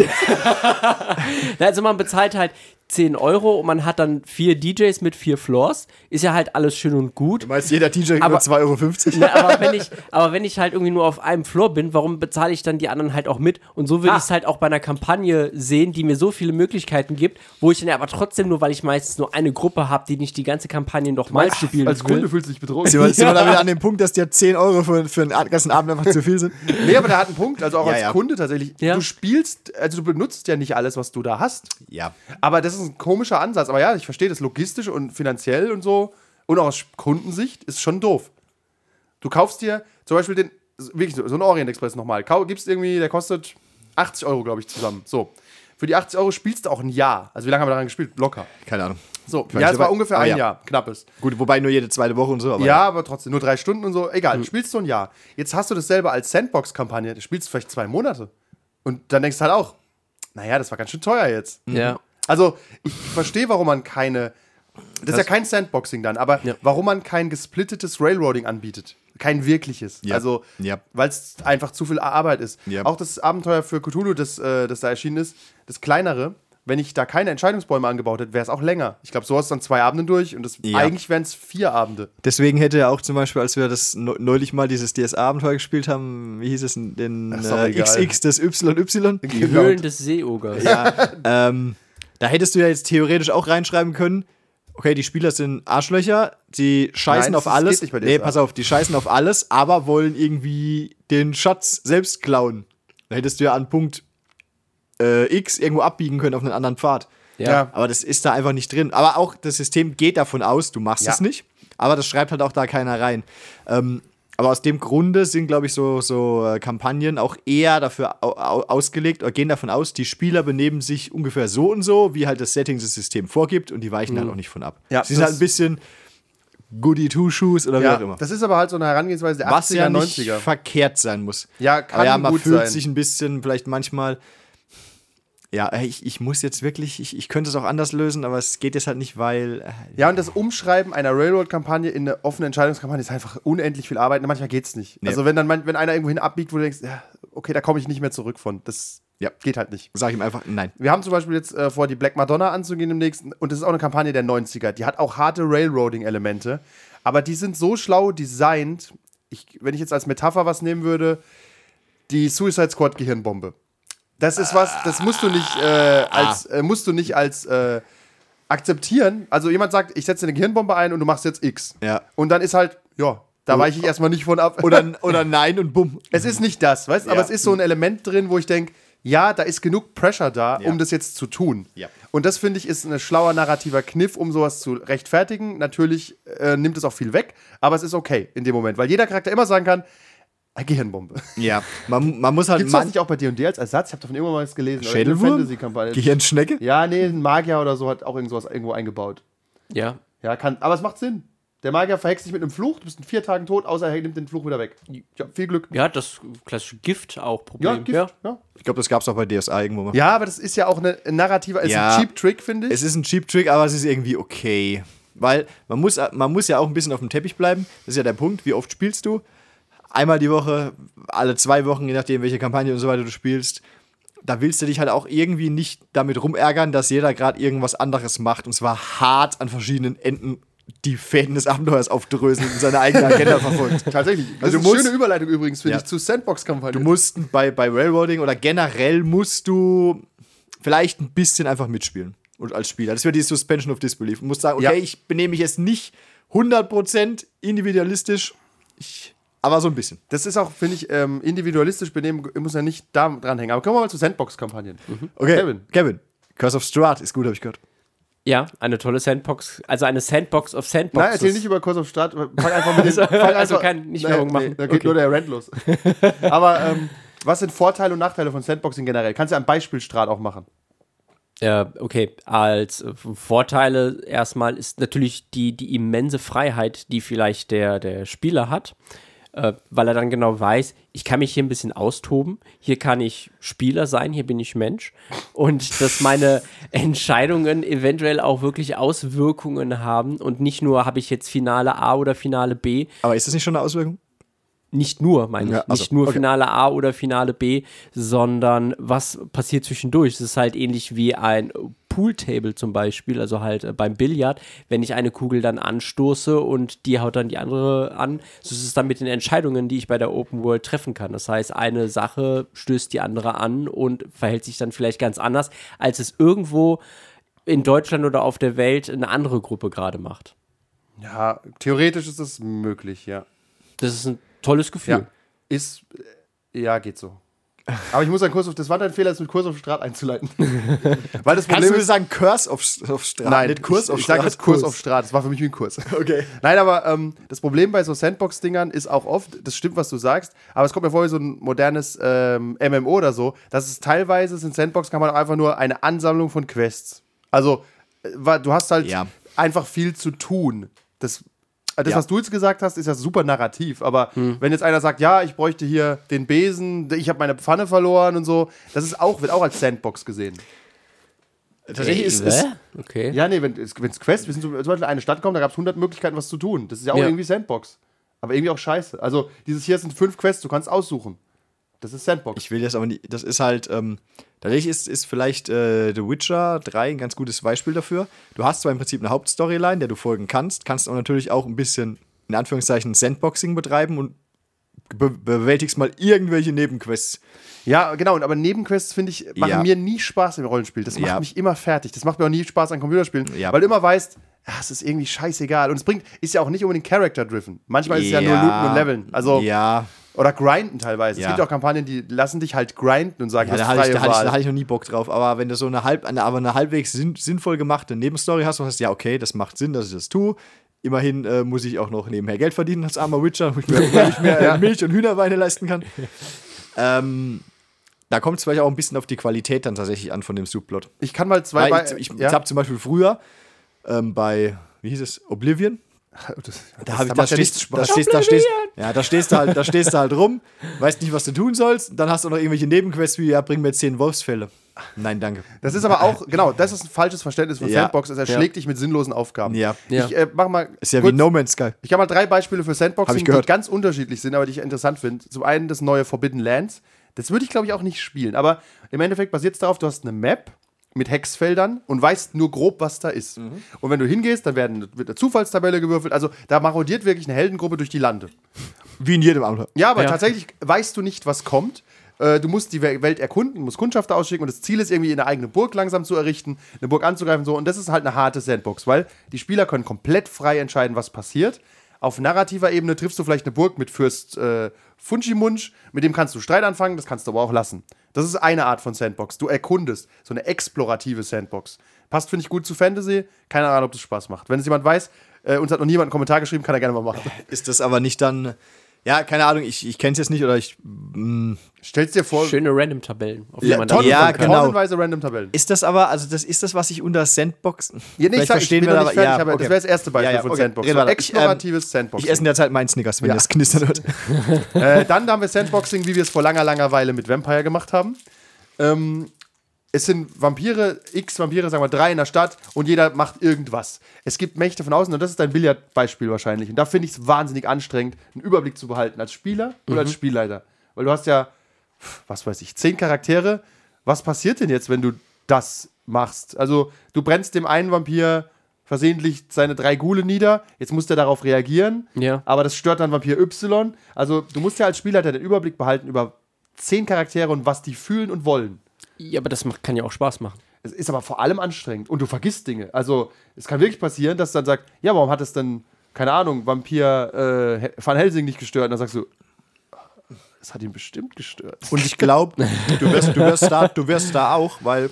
Na, also man bezahlt halt zehn Euro und man hat dann vier D Js mit vier Floors. Ist ja halt alles schön und gut. Du meinst, jeder D J kriegt Aber- nur zwei Euro fünfzig? Na, aber, wenn ich, aber wenn ich halt irgendwie nur auf einem Floor bin, warum bezahle ich dann die anderen halt auch mit? Und so würde Ah. ich es halt auch bei einer Kampagne sehen, die mir so viele Möglichkeiten gibt, wo ich dann aber trotzdem nur, weil ich meistens nur eine Gruppe habe, die nicht die ganze Kampagne nochmal spielen Als will. Kunde fühlst du dich betrogen. Sind wir, sind wir da wieder an dem Punkt, dass dir zehn Euro für, für einen ganzen Abend einfach zu viel sind? Nee, aber der hat einen Punkt, also auch Ja, als ja. Kunde tatsächlich. Ja. Du spielst, also du benutzt ja nicht alles, was du da hast. Ja. Aber das ist ein komischer Ansatz. Aber ja, ich verstehe das logistisch und finanziell und so. Und auch aus Kundensicht ist schon doof. Du kaufst dir zum Beispiel den, wirklich so so einen Orient Express nochmal. Kau, gibst irgendwie, der kostet achtzig Euro, glaube ich, zusammen. So. Für die achtzig Euro spielst du auch ein Jahr. Also wie lange haben wir daran gespielt? Locker. Keine Ahnung. So, Vielleicht ja, es war aber- ungefähr aber ein ja. Jahr, knappes. Gut, wobei nur jede zweite Woche und so. Aber Ja, aber trotzdem, nur drei Stunden und so. Egal, spielst du ein Jahr. Jetzt hast du das selber als Sandbox-Kampagne, du spielst vielleicht zwei Monate. Und dann denkst du halt auch, naja, das war ganz schön teuer jetzt. Ja. Also, ich verstehe, warum man keine. Das, ist ja kein Sandboxing dann, aber Ja. warum man kein gesplittetes Railroading anbietet. Kein wirkliches. Ja. Also, Ja. weil es einfach zu viel Arbeit ist. Ja. Auch das Abenteuer für Cthulhu, das, äh, das da erschienen ist, das kleinere, wenn ich da keine Entscheidungsbäume angebaut hätte, wäre es auch länger. Ich glaube, so hast du dann zwei Abende durch und das, Ja. eigentlich wären es vier Abende. deswegen hätte er auch zum Beispiel, als wir das neu- neulich mal dieses D S A-Abenteuer gespielt haben, wie hieß es denn, den Ach, ist doch äh, egal. X X des Y Y? Die Höhlen des Seeogers. Ja, ähm, da hättest du ja jetzt theoretisch auch reinschreiben können, okay, die Spieler sind Arschlöcher, die scheißen Nein, auf das- das alles. geht nicht bei D Nee, S A. pass auf, die scheißen auf alles, aber wollen irgendwie den Schatz selbst klauen. Da hättest du ja an Punkt äh, X irgendwo abbiegen können auf einen anderen Pfad. Ja. Aber das ist da einfach nicht drin. Aber auch das System geht davon aus, du machst Ja. es nicht. Aber das schreibt halt auch da keiner rein. Ähm, aber aus dem Grunde sind, glaube ich, so, so äh, Kampagnen auch eher dafür au au ausgelegt oder gehen davon aus, die Spieler benehmen sich ungefähr so und so, wie halt das Setting das System vorgibt und die weichen halt auch nicht von ab. Ja, Sie sind das- halt ein bisschen Goody-Two-Shoes oder wie auch Ja, immer. das ist aber halt so eine Herangehensweise der Was achtziger, ja nicht neunziger. verkehrt sein muss. Ja, kann aber ja, man gut fühlt sein. sich ein bisschen vielleicht manchmal. Ja, ey, ich, ich muss jetzt wirklich, ich, ich könnte es auch anders lösen, aber es geht jetzt halt nicht, weil. Äh, Ja, und das Umschreiben einer Railroad-Kampagne in eine offene Entscheidungskampagne ist einfach unendlich viel Arbeit. Und manchmal geht's nicht. Nee. Also wenn dann man- wenn einer irgendwo hin abbiegt, wo du denkst, ja, okay, da komme ich nicht mehr zurück von. Das Ja. geht halt nicht. Sag ich ihm einfach, nein. Wir haben zum Beispiel jetzt äh, vor, die Black Madonna anzugehen im nächsten. Und das ist auch eine Kampagne der neunziger. Die hat auch harte Railroading-Elemente. Aber die sind so schlau designt. Ich, wenn ich jetzt als Metapher was nehmen würde, die Suicide Squad Gehirnbombe. Das ist was, das musst du nicht äh, als äh, musst du nicht als äh, akzeptieren. Also jemand sagt, ich setze eine Gehirnbombe ein und du machst jetzt X. Ja. Und dann ist halt, ja, da weiche ich erstmal nicht von ab. Oder, oder nein und bumm. Es ist nicht das, weißt du? Aber Ja. es ist so ein Element drin, wo ich denke, ja, da ist genug Pressure da, Ja. um das jetzt zu tun. Ja. Und das, finde ich, ist ein schlauer narrativer Kniff, um sowas zu rechtfertigen. Natürlich äh, nimmt es auch viel weg, aber es ist okay in dem Moment, weil jeder Charakter immer sagen kann, äh, Gehirnbombe. Ja, man, man muss halt. Gibt es das man- nicht auch bei D und D als Ersatz? Ich habe davon irgendwann mal was gelesen. oder Schädelwurm? eine Fantasy-Kampagne. Gehirnschnecke? Ja, nee, ein Magier oder so hat auch irgend sowas irgendwo eingebaut. Ja. Ja, kann, aber es macht Sinn. Der Magier verhext sich mit einem Fluch, du bist in vier Tagen tot, außer er nimmt den Fluch wieder weg. Ja, viel Glück. Ja, das klassische Gift auch Ja, Problem. Gift. Ja. Ich glaube, das gab es auch bei D S A irgendwo mal. Ja, aber das ist ja auch eine narrative, ist Ja. ein Cheap-Trick, finde ich. Es ist ein Cheap-Trick, aber es ist irgendwie okay. Weil man muss, man muss ja auch ein bisschen auf dem Teppich bleiben. Das ist ja der Punkt. Wie oft spielst du? einmal die Woche, alle zwei Wochen, je nachdem, welche Kampagne und so weiter du spielst. Da willst du dich halt auch irgendwie nicht damit rumärgern, dass jeder gerade irgendwas anderes macht und zwar hart an verschiedenen Enden die Fäden des Abenteuers aufdröseln und seine eigene Agenda verfolgt. Tatsächlich. Das Also ist du eine musst- schöne Überleitung übrigens, finde Ja. ich, zu Sandbox-Kampagnen. Du musst bei, bei Railroading oder generell musst du vielleicht ein bisschen einfach mitspielen und als Spieler. Das wäre die Suspension of Disbelief. Du musst sagen, okay, Ja. ich benehme mich jetzt nicht hundert Prozent individualistisch, ich, aber so ein bisschen. Das ist auch, finde ich, ähm, individualistisch benehmen, muss ja nicht da dranhängen. Aber kommen wir mal zu Sandbox-Kampagnen. Okay, Kevin. Kevin. Curse of Strahd ist gut, habe ich gehört. Ja, eine tolle Sandbox, also eine Sandbox of Sandboxes. Nein, erzähl nicht über Curse of Strahd. Fang einfach mit den. Also- fang also einfach- kein- nicht Nee, Werbung nee, machen. Da geht Okay. nur der Rant los. Aber ähm, was sind Vorteile und Nachteile von Sandboxing generell? Kannst du ein Beispiel Strahd auch machen? Äh, okay, als äh, Vorteile erstmal ist natürlich die, die immense Freiheit, die vielleicht der, der Spieler hat, äh, weil er dann genau weiß, ich kann mich hier ein bisschen austoben, hier kann ich Spieler sein, hier bin ich Mensch und dass meine Entscheidungen eventuell auch wirklich Auswirkungen haben und nicht nur habe ich jetzt Finale A oder Finale B, Aber ist das nicht schon eine Auswirkung? nicht nur, meine ich, Ja, also, nicht nur okay. Finale A oder Finale B, sondern was passiert zwischendurch. Es ist halt ähnlich wie ein Pooltable zum Beispiel, also halt äh, beim Billard, wenn ich eine Kugel dann anstoße und die haut dann die andere an, so ist es dann mit den Entscheidungen, die ich bei der Open World treffen kann. Das heißt, eine Sache stößt die andere an und verhält sich dann vielleicht ganz anders, als es irgendwo in Deutschland oder auf der Welt eine andere Gruppe gerade macht. Ja, theoretisch ist das möglich, ja. Das ist ein tolles Gefühl. Ja. Ist. äh, Ja, geht so. Aber ich muss einen Kurs auf. Das war dein Fehler, das mit Kurs auf Strahd einzuleiten. Weil das Kannst Problem du mir ist. sagen Curse of, of Strahd, Nein, nicht Kurs ich, auf ich sage Strahd? jetzt Kurs auf Strahd. Das war für mich wie ein Kurs. Okay. Nein, aber ähm, das Problem bei so Sandbox-Dingern ist auch oft, das stimmt, was du sagst, aber es kommt mir vor wie so ein modernes ähm, M M O oder so, dass es teilweise sind Sandbox kann man auch einfach nur eine Ansammlung von Quests. Also, äh, wa- du hast halt Ja. einfach viel zu tun. Das, äh, das Ja. was du jetzt gesagt hast, ist ja super narrativ, aber wenn jetzt einer sagt, ja, ich bräuchte hier den Besen, ich habe meine Pfanne verloren und so, das ist auch, wird auch als Sandbox gesehen. Tatsächlich ist Hä? es. Okay. Ja, nee, wenn es Quest, wir sind zum Beispiel in eine Stadt kommen, da gab es hundert Möglichkeiten, was zu tun. Das ist ja auch Ja. irgendwie Sandbox. Aber irgendwie auch scheiße. Also, dieses hier sind fünf Quests, du kannst aussuchen. Das ist Sandbox. Ich will das aber nicht. Das ist halt. Ähm, tatsächlich ist, ist vielleicht äh, The Witcher drei ein ganz gutes Beispiel dafür. Du hast zwar im Prinzip eine Hauptstoryline, der du folgen kannst, kannst aber natürlich auch ein bisschen, in Anführungszeichen, Sandboxing betreiben und be bewältigst mal irgendwelche Nebenquests. Ja, genau. und Aber Nebenquests, finde ich, machen Ja. mir nie Spaß im Rollenspiel. Das macht Ja. mich immer fertig. Das macht mir auch nie Spaß an Computerspielen. Ja. Weil du immer weißt, ja, es ist irgendwie scheißegal. Und es bringt, ist ja auch nicht unbedingt Character-driven. Manchmal ist es ja nur Looten und Leveln. Also, ja, oder grinden teilweise. Ja. Es gibt auch Kampagnen, die lassen dich halt grinden und sagen, ja du da, hast hatte ich, freie da, hatte ich, Wahl. da hatte ich noch nie Bock drauf. Aber wenn du so eine, halb, eine, aber eine halbwegs sinn, sinnvoll gemachte Nebenstory hast, wo du sagst, ja, okay, das macht Sinn, dass ich das tue. Immerhin äh, muss ich auch noch nebenher Geld verdienen als armer Witcher, wo ich mir, wo ich mir äh, Milch und Hühnerweine leisten kann. ähm, da kommt es vielleicht auch ein bisschen auf die Qualität dann tatsächlich an von dem Subplot. Ich kann mal zwei... Weil Be- ich ich ja? habe zum Beispiel früher ähm, bei, wie hieß es, Oblivion, Das, da, hab ich, da da, macht ja nichts stehst, da, Spaß. stehst, da, stehst, ja, da, stehst du halt, da stehst du halt rum, weißt nicht, was du tun sollst. Dann hast du noch irgendwelche Nebenquests wie, ja, bring mir zehn Wolfsfälle. Nein, danke. Das ist aber auch, genau, das ist ein falsches Verständnis von Ja. Sandbox. Es erschlägt dich mit sinnlosen Aufgaben. Ja. Ja. Ich äh, mach mal Ist ja kurz, wie No Man's Sky. Ich habe mal drei Beispiele für Hab Sandboxing, ich die gehört. ganz unterschiedlich sind, aber die ich interessant finde. Zum einen das neue Forbidden Lands. Das würde ich, glaube ich, auch nicht spielen. Aber im Endeffekt basiert es darauf, du hast eine Map mit Hexfeldern und weißt nur grob, was da ist. Mhm. Und wenn du hingehst, dann werden, wird eine Zufallstabelle gewürfelt. Also da marodiert wirklich eine Heldengruppe durch die Lande. Wie in jedem Abenteuer. Ja, aber Ja. tatsächlich weißt du nicht, was kommt. Äh, Du musst die We- Welt erkunden, musst Kundschafter ausschicken und das Ziel ist irgendwie, eine eigene Burg langsam zu errichten, eine Burg anzugreifen und so. Und das ist halt eine harte Sandbox, weil die Spieler können komplett frei entscheiden, was passiert. Auf narrativer Ebene triffst du vielleicht eine Burg mit Fürst äh, Funchimunch, mit dem kannst du Streit anfangen, das kannst du aber auch lassen. Das ist eine Art von Sandbox. Du erkundest, so eine explorative Sandbox. Passt, finde ich, gut zu Fantasy. Keine Ahnung, ob das Spaß macht. Wenn es jemand weiß, äh, uns hat noch niemand einen Kommentar geschrieben, kann er gerne mal machen. Ist das aber nicht dann, ja, keine Ahnung, ich, ich kenne es jetzt nicht oder ich, mh, Stell's dir vor, Schöne Random-Tabellen, auf die Ja, man toll. dann ja, gucken kann. genau. tonnenweise random Tabellen. ist das aber, also das ist das, was ich unter Sandbox, Ja, nee, ich, vielleicht sag, ich verstehen bin wir noch aber, nicht fertig, ja, aber okay. das wäre das erste Beispiel Ja, ja, von okay. Sandbox. Reden So wir da. Ich, ähm, exploratives Sandboxing. Ich esse in der Zeit meinen Snickers, wenn Ja. das knistern hört. äh, dann haben wir Sandboxing, wie wir es vor langer, langer Weile mit Vampire gemacht haben. Ähm, es sind Vampire, x Vampire, sagen wir drei in der Stadt und jeder macht irgendwas. Es gibt Mächte von außen und das ist dein Billardbeispiel wahrscheinlich. Und da finde ich es wahnsinnig anstrengend, einen Überblick zu behalten als Spieler oder Mhm. als Spielleiter. Weil du hast ja, was weiß ich, zehn Charaktere. Was passiert denn jetzt, wenn du das machst? Also du brennst dem einen Vampir versehentlich seine drei Ghule nieder, jetzt muss der darauf reagieren, Ja. aber das stört dann Vampir Y. Also du musst ja als Spielleiter den Überblick behalten über zehn Charaktere und was die fühlen und wollen. Ja, aber das macht, kann ja auch Spaß machen. Es ist aber vor allem anstrengend und du vergisst Dinge. Also es kann wirklich passieren, dass du dann sagst, ja, warum hat es denn, keine Ahnung, Vampir äh, Van Helsing nicht gestört? Und dann sagst du, es hat ihn bestimmt gestört. Und ich glaube, du wirst, du, wirst da, du wirst da auch, weil,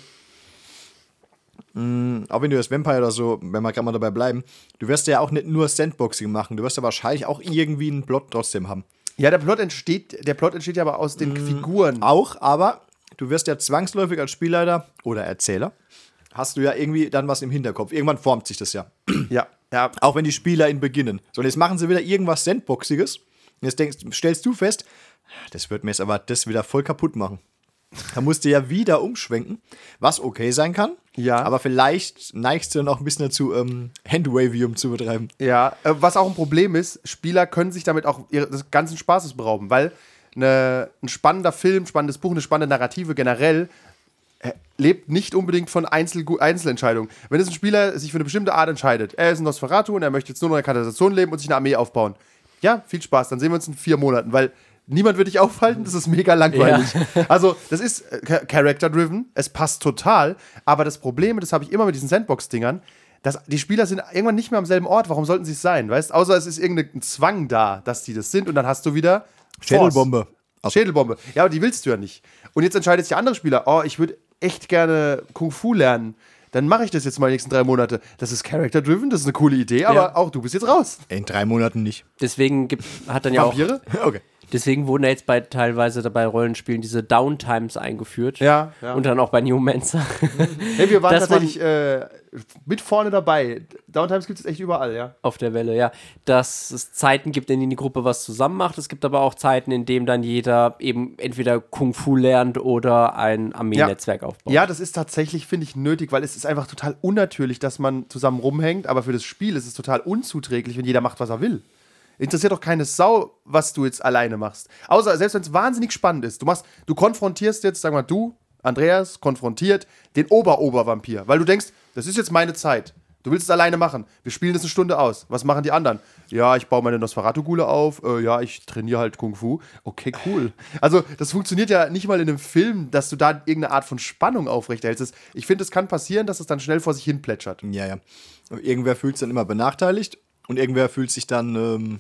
mh, auch wenn du das Vampire oder so, wenn wir gerade mal dabei bleiben, du wirst ja auch nicht nur Sandboxing machen, du wirst ja wahrscheinlich auch irgendwie einen Plot trotzdem haben. Ja, der Plot entsteht, der Plot entsteht ja aber aus den Figuren. Auch, aber du wirst ja zwangsläufig als Spielleiter oder Erzähler, hast du ja irgendwie dann was im Hinterkopf. Irgendwann formt sich das ja. Ja, ja. Auch wenn die Spieler ihn beginnen. So, und jetzt machen sie wieder irgendwas Sandboxiges. Und jetzt denkst, stellst du fest, das wird mir jetzt aber das wieder voll kaputt machen. Da musst du ja wieder umschwenken, was okay sein kann. Ja. Aber vielleicht neigst du dann auch ein bisschen dazu, ähm, Handwavium zu betreiben. Ja, äh, was auch ein Problem ist, Spieler können sich damit auch ihres ganzen Spaßes berauben, weil eine, ein spannender Film, spannendes Buch, eine spannende Narrative generell äh, lebt nicht unbedingt von Einzel Einzelentscheidungen. Wenn es ein Spieler sich für eine bestimmte Art entscheidet, er ist ein Nosferatu und er möchte jetzt nur noch in der Kanalisation leben und sich eine Armee aufbauen. Ja, viel Spaß, dann sehen wir uns in vier Monaten, weil niemand wird dich aufhalten, das ist mega langweilig. Ja. Also, das ist äh, character-driven, es passt total, aber das Problem, das habe ich immer mit diesen Sandbox-Dingern, dass die Spieler sind irgendwann nicht mehr am selben Ort, warum sollten sie es sein, weißt? Außer es ist irgendein Zwang da, dass die das sind und dann hast du wieder Schädelbombe. Force. Schädelbombe. Ja, aber die willst du ja nicht. Und jetzt entscheidet sich der andere Spieler, oh, ich würde echt gerne Kung Fu lernen. Dann mache ich das jetzt mal die nächsten drei Monate. Das ist character-driven, das ist eine coole Idee, aber Ja. auch du bist jetzt raus. In drei Monaten nicht. Deswegen gibt, hat dann ja auch, Vampire? Okay. deswegen wurden ja jetzt bei teilweise dabei Rollenspielen diese Downtimes eingeführt. Ja, ja. Und dann auch bei Newmancer. Hey, wir waren Dass man- tatsächlich äh, mit vorne dabei. Downtimes gibt es echt überall, ja. Auf der Welle, ja. Dass es Zeiten gibt, in denen die Gruppe was zusammen macht. Es gibt aber auch Zeiten, in denen dann jeder eben entweder Kung Fu lernt oder ein Armeenetzwerk aufbaut. Ja, das ist tatsächlich, finde ich, nötig, weil es ist einfach total unnatürlich, dass man zusammen rumhängt, aber für das Spiel ist es total unzuträglich, wenn jeder macht, was er will. Interessiert doch keine Sau, was du jetzt alleine machst. Außer, selbst wenn es wahnsinnig spannend ist. Du machst, du konfrontierst jetzt, sag mal, du, Andreas, konfrontiert den Ober-Ober-Vampir, weil du denkst, das ist jetzt meine Zeit. Du willst es alleine machen. Wir spielen das eine Stunde aus. Was machen die anderen? Ja, ich baue meine Nosferatu-Gule auf. Äh, ja, ich trainiere halt Kung Fu. Okay, cool. Also, das funktioniert ja nicht mal in einem Film, dass du da irgendeine Art von Spannung aufrechterhältst. Ich finde, es kann passieren, dass es dann schnell vor sich hin plätschert. Ja, ja. Irgendwer fühlt sich dann immer benachteiligt und irgendwer fühlt sich dann ähm,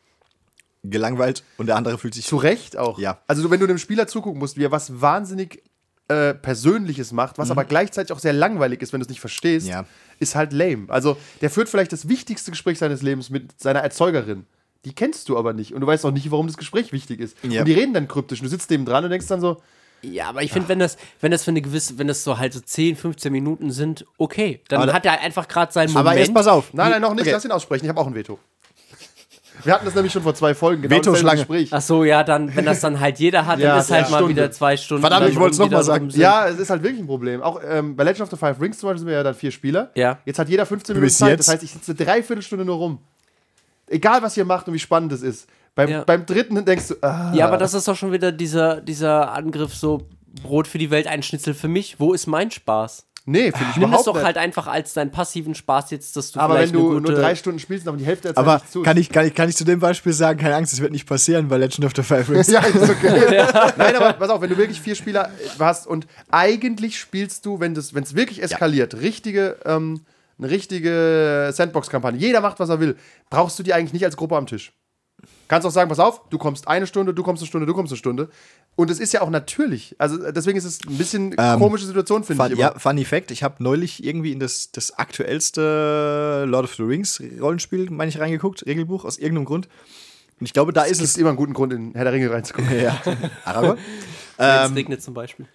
gelangweilt und der andere fühlt sich Zu Recht auch. Ja. Also, wenn du dem Spieler zugucken musst, wie er was wahnsinnig äh, Persönliches macht, was aber gleichzeitig auch sehr langweilig ist, wenn du es nicht verstehst, Ja. ist halt lame. Also, der führt vielleicht das wichtigste Gespräch seines Lebens mit seiner Erzeugerin. Die kennst du aber nicht. Und du weißt auch nicht, warum das Gespräch wichtig ist. Ja. Und die reden dann kryptisch. Und du sitzt neben dran und denkst dann so, Ja, aber ich finde, wenn das, wenn das für eine gewisse, wenn das so halt so zehn, fünfzehn Minuten sind, okay. Dann Aber da- hat er einfach gerade seinen Moment. Aber jetzt pass auf. nein, nein, noch nicht, Okay. lass ihn aussprechen. Ich habe auch ein Veto. Wir hatten das nämlich schon vor zwei Folgen. Genau Veto-Schlange. dasselbe Gespräch. Ach so, ja, dann, wenn das dann halt jeder hat, Ja, dann ist halt ja. mal Stunde. wieder zwei Stunden. Verdammt, dann ich wollt's noch wieder mal sagen. rum sind. Ja, es ist halt wirklich ein Problem. Auch ähm, bei Legend of the Five Rings zum Beispiel sind wir ja dann vier Spieler. Ja. Jetzt hat jeder fünfzehn Minuten Bis Zeit. jetzt? Das heißt, ich sitze eine Dreiviertelstunde nur rum. Egal, was ihr macht und wie spannend es ist. Beim, Ja. beim dritten denkst du, ah. Ja, aber das ist doch schon wieder dieser, dieser Angriff so, Brot für die Welt, ein Schnitzel für mich. Wo ist mein Spaß? Nee, finde ich Nimm es überhaupt doch nicht. halt einfach als deinen passiven Spaß jetzt, dass du aber wenn vielleicht du eine gute... nur drei Stunden spielst und auf die Hälfte der Zeit Aber nicht zu. kann ich, kann, ich, kann ich zu dem Beispiel sagen, keine Angst, es wird nicht passieren, weil Legend of the Five Rings. Ja, ist okay. Nein, aber pass auf, wenn du wirklich vier Spieler hast und eigentlich spielst du, wenn es wirklich eskaliert, richtige, ähm, eine richtige Sandbox-Kampagne, jeder macht, was er will, brauchst du die eigentlich nicht als Gruppe am Tisch. Kannst auch sagen, pass auf, du kommst eine Stunde, du kommst eine Stunde, du kommst eine Stunde. Und es ist ja auch natürlich. Also deswegen ist es ein bisschen Ähm, komische Situation, finde Fun, ich immer. ja, Funny Fact, ich habe neulich irgendwie in das, das aktuellste Lord of the Rings Rollenspiel, meine ich, reingeguckt, Regelbuch, aus irgendeinem Grund. Und ich glaube, da Es ist gibt es. immer einen guten Grund, in Herr der Ringe reinzukommen. Ja, Aragorn. Wenn es ähm, regnet zum Beispiel.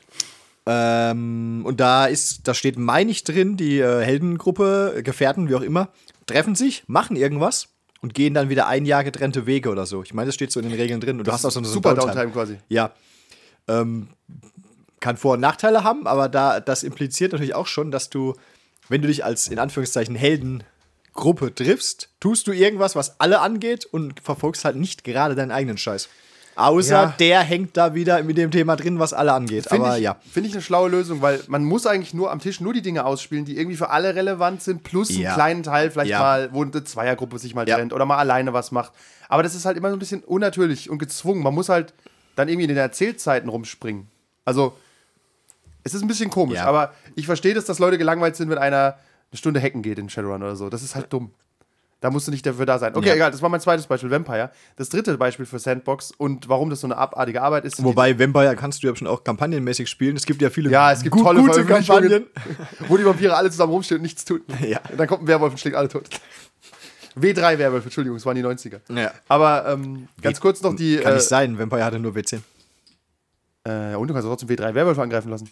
ähm, und da ist, da steht, meine ich, drin, die äh, Heldengruppe, äh, Gefährten, wie auch immer, treffen sich, machen irgendwas und gehen dann wieder ein Jahr getrennte Wege oder so. Ich meine, das steht so in den Regeln drin. Und du hast auch so eine Super Downtime. Downtime quasi. Ja. Ähm, kann Vor- und Nachteile haben, aber da, das impliziert natürlich auch schon, dass du, wenn du dich als in Anführungszeichen Heldengruppe triffst, tust du irgendwas, was alle angeht und verfolgst halt nicht gerade deinen eigenen Scheiß. Außer Ja. der hängt da wieder mit dem Thema drin, was alle angeht. Finde Aber ich, ja. Finde ich eine schlaue Lösung, weil man muss eigentlich nur am Tisch nur die Dinge ausspielen, die irgendwie für alle relevant sind, plus Ja. einen kleinen Teil, vielleicht Ja. mal, wo eine Zweiergruppe sich mal Ja. trennt oder mal alleine was macht. Aber das ist halt immer so ein bisschen unnatürlich und gezwungen. Man muss halt dann irgendwie in den Erzählzeiten rumspringen. Also, es ist ein bisschen komisch, Ja. aber ich verstehe das, dass Leute gelangweilt sind, wenn einer eine Stunde hacken geht in Shadowrun oder so. Das ist halt dumm. Da musst du nicht dafür da sein. Okay, Ja. egal, das war mein zweites Beispiel, Vampire. Das dritte Beispiel für Sandbox und warum das so eine abartige Arbeit ist. sind die- Wobei, Vampire kannst du ja schon auch kampagnenmäßig spielen. Es gibt ja viele Ja, es gibt gu- tolle gute Veröffentlichungen, Kampagnen. wo die Vampire alle zusammen rumstehen und nichts tun. Ja. Und dann kommt ein Werwolf und schlägt alle tot. W drei Werwölfe, Entschuldigung, es waren die neunziger. Ja. Aber ähm, ganz kurz noch die. Kann Äh, nicht sein, Vampire hatte nur W zehn. äh, und du kannst trotzdem W drei Werwölfe angreifen lassen.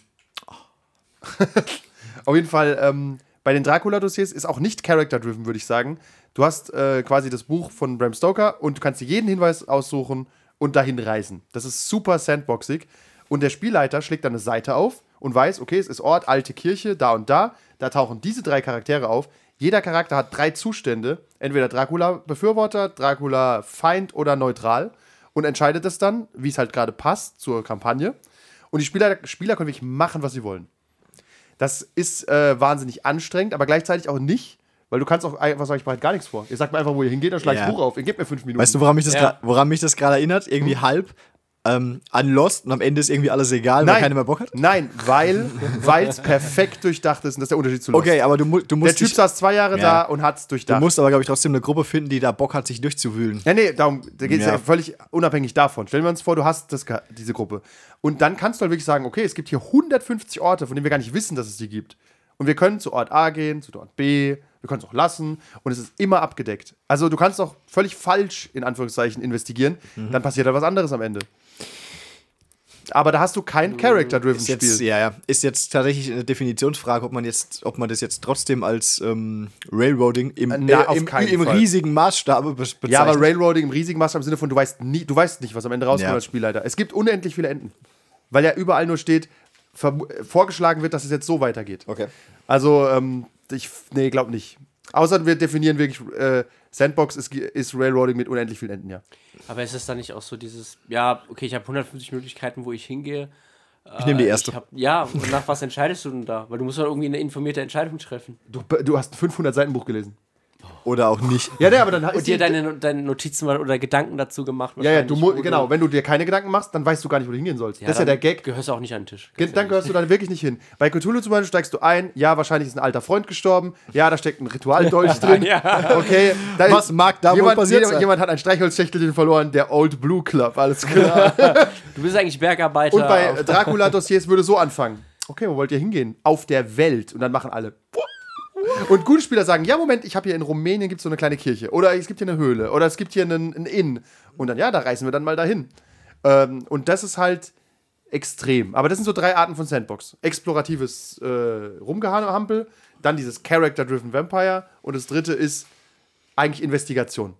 Auf jeden Fall, ähm, bei den Dracula-Dossiers ist auch nicht character-driven, würde ich sagen. Du hast äh, quasi das Buch von Bram Stoker und du kannst dir jeden Hinweis aussuchen und dahin reisen. Das ist super sandboxig. Und der Spielleiter schlägt dann eine Seite auf und weiß, okay, es ist Ort, alte Kirche, da und da. Da tauchen diese drei Charaktere auf. Jeder Charakter hat drei Zustände. Entweder Dracula-Befürworter, Dracula-Feind oder neutral. Und entscheidet es dann, wie es halt gerade passt zur Kampagne. Und die Spieler, Spieler können wirklich machen, was sie wollen. Das ist äh, wahnsinnig anstrengend, aber gleichzeitig auch nicht, weil du kannst auch einfach sagen, ich mache gar nichts vor. Ihr sagt mir einfach, wo ihr hingeht, dann schlage ich Ja. das Buch auf. Ihr gebt mir fünf Minuten. Weißt du, woran mich das Ja. gra- woran mich das gerade erinnert? Irgendwie halb ähm, an Lost und am Ende ist irgendwie alles egal, weil Nein, keiner mehr Bock hat? nein, weil es perfekt durchdacht ist und das ist der Unterschied zu Lost. Okay, aber du, mu du musst Der Typ dich, saß zwei Jahre Ja. da und hat es du durchdacht. musst aber, glaube ich, trotzdem eine Gruppe finden, die da Bock hat, sich durchzuwühlen. Ja, nee, darum, da geht es ja. Ja. völlig unabhängig davon. Stellen wir uns vor, du hast das, ge- diese Gruppe. Und dann kannst du halt wirklich sagen, okay, es gibt hier hundertfünfzig Orte, von denen wir gar nicht wissen, dass es die gibt. Und wir können zu Ort A gehen, zu Ort B, wir können es auch lassen und es ist immer abgedeckt. Also du kannst auch völlig falsch, in Anführungszeichen, investigieren, Mhm. dann passiert halt was anderes am Ende. Aber da hast du kein Character-driven Ist jetzt, Spiel. ja, ja. Ist jetzt tatsächlich eine Definitionsfrage, ob man jetzt, ob man das jetzt trotzdem als ähm, Railroading im, Äh, na, äh, auf im, keinen im Fall. riesigen Maßstab be bezeichnet. Ja, aber Railroading im riesigen Maßstab im Sinne von, du weißt, nie, du weißt nicht, was am Ende rauskommt Ja. als Spielleiter. Es gibt unendlich viele Enden. Weil ja überall nur steht, ver- vorgeschlagen wird, dass es jetzt so weitergeht. Okay. Also, ähm, ich, nee, glaub nicht. Außer wir definieren wirklich, äh, Sandbox ist, ist Railroading mit unendlich vielen Enden, ja. Aber ist es dann nicht auch so dieses, ja, okay, ich habe hundertfünfzig Möglichkeiten, wo ich hingehe. Ich nehme die erste. Ich hab, ja, und nach was entscheidest du denn da? Weil du musst doch irgendwie eine informierte Entscheidung treffen. Du, du hast ein fünfhundert Seiten Buch gelesen. Oder auch nicht. Ja, nee, aber dann Und dir deine, deine Notizen mal oder Gedanken dazu gemacht. Ja, ja, du wahrscheinlich, mu- wo genau, wenn du dir keine Gedanken machst, dann weißt du gar nicht, wo du hingehen sollst. das ist ja der dann Gag. Gehörst du auch nicht an den Tisch. Ge- Dann gehörst du da wirklich nicht hin. Bei Cthulhu zum Beispiel steigst du ein, ja, wahrscheinlich ist ein alter Freund gestorben, ja, da steckt ein Ritualdolch drin. Okay, da Was mag da wohl jemand, passiert jemand, sein? jemand hat ein Streichholzschächtelchen verloren, der Old Blue Club, alles klar. Du bist eigentlich Bergarbeiter. Und bei auf- Dracula-Dossiers würde so anfangen. Okay, wo wollt ihr hingehen? Auf der Welt. Und dann machen alle. Und gute Spieler sagen, ja, Moment, ich habe hier in Rumänien gibt es so eine kleine Kirche. Oder es gibt hier eine Höhle. Oder es gibt hier einen, einen Inn. Und dann, ja, da reisen wir dann mal dahin. Ähm, und das ist halt extrem. Aber das sind so drei Arten von Sandbox. Exploratives äh, Rumgehampel, dann dieses Character-Driven Vampire und das dritte ist eigentlich Investigation.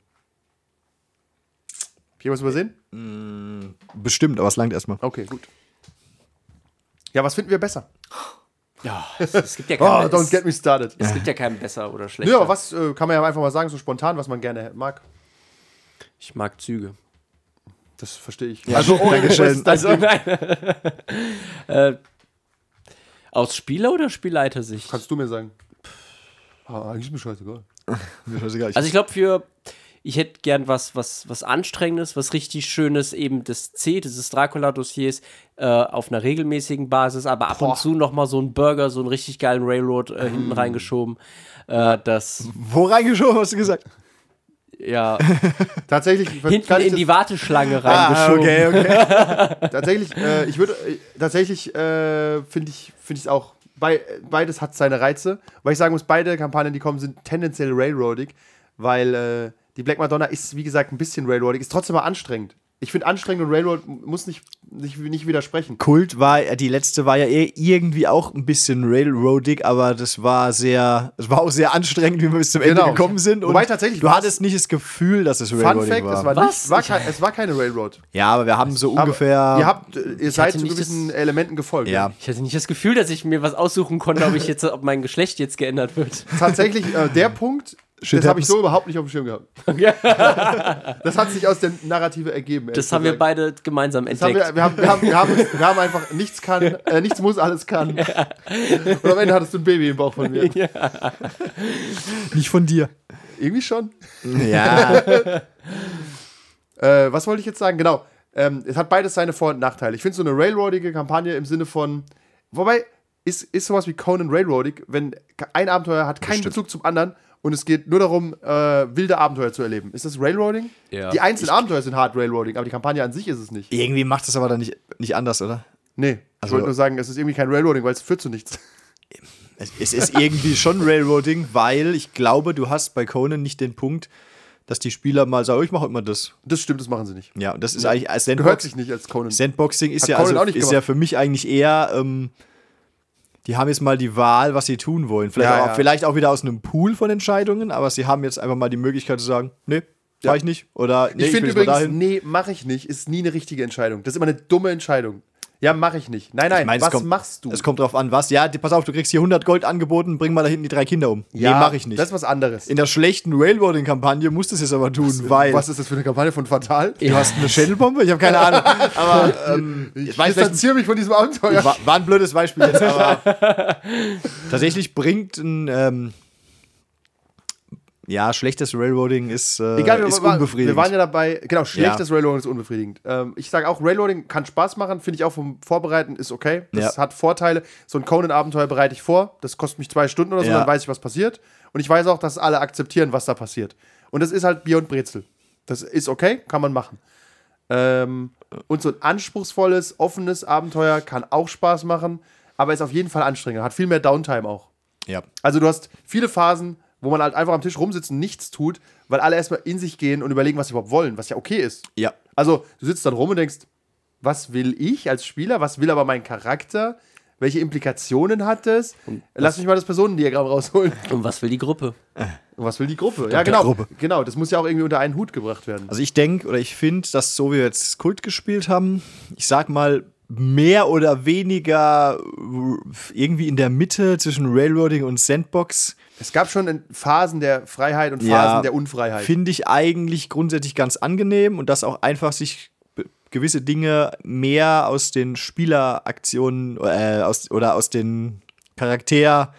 Hab ich was übersehen? Bestimmt, aber es langt erstmal. Okay, gut. Ja, was finden wir besser? ja, es, es gibt ja Oh, keinen don't get me started. Es gibt ja keinen besser oder schlechter. Ja, aber was äh, kann man ja einfach mal sagen, so spontan, was man gerne mag. Ich mag Züge. Das verstehe ich. also, oh, Dankeschön. das ist Also, nein. äh, aus Spieler- oder Spielleiter-Sicht? kannst du mir sagen. Ah, eigentlich ist mir scheißegal. Mir scheißegal. Also ich glaube für, ich hätte gern was, was, was Anstrengendes, was richtig Schönes, eben das C, dieses Dracula-Dossiers, äh, auf einer regelmäßigen Basis, aber ab Boah. und zu nochmal so ein Burger, so einen richtig geilen Railroad äh, hinten reingeschoben. Äh, das, Wo reingeschoben, hast du gesagt? ja, Tatsächlich, hinten kann ich in die das- Warteschlange Ah, reingeschoben. okay, okay. tatsächlich, äh, ich würde, äh, tatsächlich äh, finde ich finde ich es auch, bei, beides hat seine Reize, weil ich sagen muss, beide Kampagnen, die kommen, sind tendenziell railroadig, weil äh, die Black Madonna ist, wie gesagt, ein bisschen railroadig, ist trotzdem mal anstrengend. Ich finde anstrengend und Railroad muss nicht, nicht, nicht widersprechen. Kult war, die letzte war ja eh irgendwie auch ein bisschen railroadig, aber das war sehr, das war auch sehr anstrengend, wie wir bis zum Ende Genau. gekommen sind. Und Wobei tatsächlich du was- hattest nicht das Gefühl, dass es Fun railroadig Fact, war. es war, Was? nicht, war kein, es war keine Railroad. Ja, aber wir haben so Aber ungefähr. Ihr, habt, äh, ihr seid hatte zu nicht gewissen das- Elementen gefolgt. ja. Ich hatte nicht das Gefühl, dass ich mir was aussuchen konnte, ob ich jetzt, ob mein Geschlecht jetzt geändert wird. Tatsächlich, äh, der Punkt, Shit das habe ich happens. so überhaupt nicht auf dem Schirm gehabt. Das hat sich aus der Narrative ergeben. Das haben wir ehrlich beide gemeinsam Das haben entdeckt. wir, wir, haben, wir, haben, wir, haben, wir haben einfach nichts kann, äh, nichts muss, alles kann. Und am Ende hattest du ein Baby im Bauch von mir. Nicht von dir. Irgendwie schon. Ja. Äh, was wollte ich jetzt sagen? Genau. Ähm, es hat beides seine Vor- und Nachteile. Ich finde so eine railroadige Kampagne im Sinne von. Wobei, ist, ist sowas wie Conan Railroadig, wenn ein Abenteuer hat keinen stimmt. Bezug zum anderen und es geht nur darum, äh, wilde Abenteuer zu erleben. Ist das Railroading? Ja. Die einzelnen Abenteuer sind hard Railroading, aber die Kampagne an sich ist es nicht. Irgendwie macht das aber dann nicht, nicht anders, oder? Nee. Ich Also- wollte nur sagen, es ist irgendwie kein Railroading, weil es führt zu nichts. Es, es ist irgendwie schon Railroading, weil ich glaube, du hast bei Conan nicht den Punkt, dass die Spieler mal sagen, oh, ich mache immer das. Das stimmt, das machen sie nicht. Ja, und das ist eigentlich als Gehört Sandbox. sich nicht als Conan. Sandboxing ist Hat ja, Conan also, auch nicht ist gemacht. ja für mich eigentlich eher, ähm, die haben jetzt mal die Wahl, was sie tun wollen. Vielleicht, Ja, auch, ja. vielleicht auch wieder aus einem Pool von Entscheidungen, aber sie haben jetzt einfach mal die Möglichkeit zu sagen, nee, Ja. mach ich nicht. Oder nee, ich finde will jetzt mal übrigens, dahin. nee, mache ich nicht, ist nie eine richtige Entscheidung. Das ist immer eine dumme Entscheidung. Ja, mache ich nicht. Nein, nein, Ich meine, es was kommt- machst du? Es kommt drauf an, was. Ja, die- pass auf, du kriegst hier hundert Gold angeboten, bring mal da hinten die drei Kinder um. ja, nee, mach ich nicht. Das ist was anderes. In der schlechten Railroading-Kampagne musst du es jetzt aber tun, weil Was ist das für eine Kampagne von Fatal? du hast eine Schädelbombe? Ich habe keine Ahnung. Aber ähm, Ich ich weiß vielleicht, distanziere mich von diesem Abenteuer. war, war ein blödes Beispiel jetzt, aber tatsächlich bringt ein ähm, ja, schlechtes Railroading ist, äh, Egal, wir, ist war- unbefriedigend. wir waren ja dabei, genau, schlechtes Ja. Railroading ist unbefriedigend. Ähm, ich sage auch, Railroading kann Spaß machen, finde ich auch vom Vorbereiten ist okay. Das Ja. hat Vorteile. So ein Conan-Abenteuer bereite ich vor, das kostet mich zwei Stunden oder so, Ja. dann weiß ich, was passiert. Und ich weiß auch, dass alle akzeptieren, was da passiert. Und das ist halt Bier und Brezel. Das ist okay, kann man machen. Ähm, und so ein anspruchsvolles, offenes Abenteuer kann auch Spaß machen, aber ist auf jeden Fall anstrengender, hat viel mehr Downtime auch. ja. Also du hast viele Phasen, wo man halt einfach am Tisch rumsitzt und nichts tut, weil alle erstmal in sich gehen und überlegen, was sie überhaupt wollen, was ja okay ist. Ja. Also du sitzt dann rum und denkst, was will ich als Spieler, was will aber mein Charakter, welche Implikationen hat das? Lass mich mal das Personendiagramm rausholen. Und was will die Gruppe? Und was will die Gruppe? Ja, der genau. Gruppe. Genau, das muss ja auch irgendwie unter einen Hut gebracht werden. Also ich denke, oder ich finde, dass so wie wir jetzt Kult gespielt haben, ich sag mal, mehr oder weniger irgendwie in der Mitte zwischen Railroading und Sandbox, Es gab schon Phasen der Freiheit und Phasen Ja, der Unfreiheit. finde ich eigentlich grundsätzlich ganz angenehm und dass auch einfach sich be- gewisse Dinge mehr aus den Spieleraktionen äh, aus, oder aus den Charakterideen,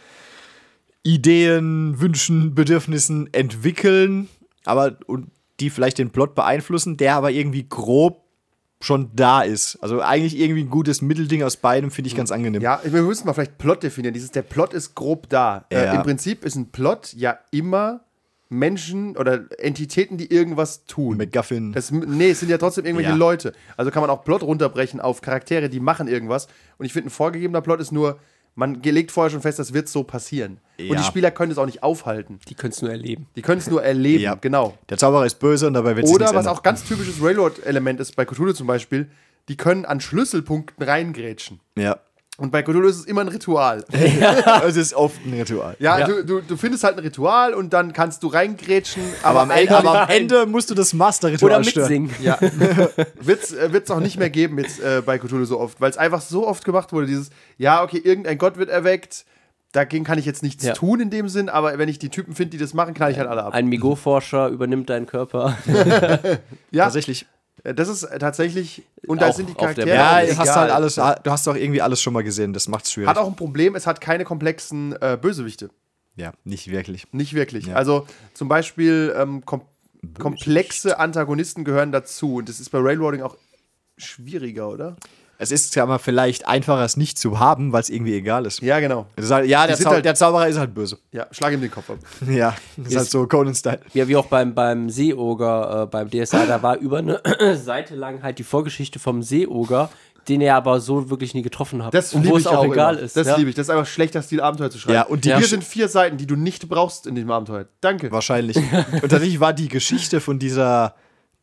Wünschen, Bedürfnissen entwickeln, aber und die vielleicht den Plot beeinflussen, der aber irgendwie grob schon da ist. Also eigentlich irgendwie ein gutes Mittelding aus beidem finde ich ganz angenehm. Ja, wir müssen mal vielleicht Plot definieren. Dieses, der Plot ist grob da. Äh, Ja. Im Prinzip ist ein Plot ja immer Menschen oder Entitäten, die irgendwas tun. MacGuffin. Das, nee, es sind ja trotzdem irgendwelche Ja. Leute. Also kann man auch Plot runterbrechen auf Charaktere, die machen irgendwas. Und ich finde, ein vorgegebener Plot ist nur, man legt vorher schon fest, das wird so passieren. Ja. Und die Spieler können es auch nicht aufhalten. Die können es nur erleben. Die können es nur erleben, Ja. genau. Der Zauberer ist böse und dabei wird sich Oder nichts was ändern. auch ganz typisches Railroad-Element ist, bei Cthulhu zum Beispiel, die können an Schlüsselpunkten reingrätschen. Ja. Und bei Cthulhu ist es immer ein Ritual. Es ist oft ein Ritual. Ja, Ja. Du, du, du findest halt ein Ritual und dann kannst du reingrätschen, Aber, aber, am, Ende, aber am Nein. Ende musst du das Master-Ritual Oder stören. mitsingen. ja, wird es äh, wird's auch nicht mehr geben jetzt äh, bei Cthulhu so oft, weil es einfach so oft gemacht wurde, dieses, ja, okay, irgendein Gott wird erweckt, dagegen kann ich jetzt nichts Ja. tun in dem Sinn, aber wenn ich die Typen finde, die das machen, knall ich halt alle ab. Ein Migo-Forscher übernimmt deinen Körper. Ja, Tatsächlich. äh, das ist äh, tatsächlich, und da Auch sind die auf der Charaktere Ja, auch du hast egal. halt alles, du hast doch irgendwie alles schon mal gesehen. Das macht's schwierig. Hat auch ein Problem, es hat keine komplexen äh, Bösewichte. ja, nicht wirklich. Nicht wirklich. Ja. Also zum Beispiel ähm, kom komplexe Antagonisten gehören dazu. Und das ist bei Railroading auch schwieriger, oder? Es ist ja mal vielleicht einfacher, es nicht zu haben, weil es irgendwie egal ist. Ja, genau. Du sagst, ja, der, sind Zau halt- der Zauberer ist halt böse. Ja, schlag ihm den Kopf ab. Ja, das ist halt so Conan-Style. Ja, wie auch beim, beim Seeoger, äh, beim D S A, da war über eine Seite lang halt die Vorgeschichte vom Seeoger, den ihr aber so wirklich nie getroffen habt. Das Und liebe wo ich es auch auch egal immer. ist. Das ja. liebe ich. Das ist einfach schlechter Stil, Abenteuer zu schreiben. Ja, und die Hier Gesch- sind vier Seiten, die du nicht brauchst in diesem Abenteuer. Danke. Wahrscheinlich. Und tatsächlich war die Geschichte von dieser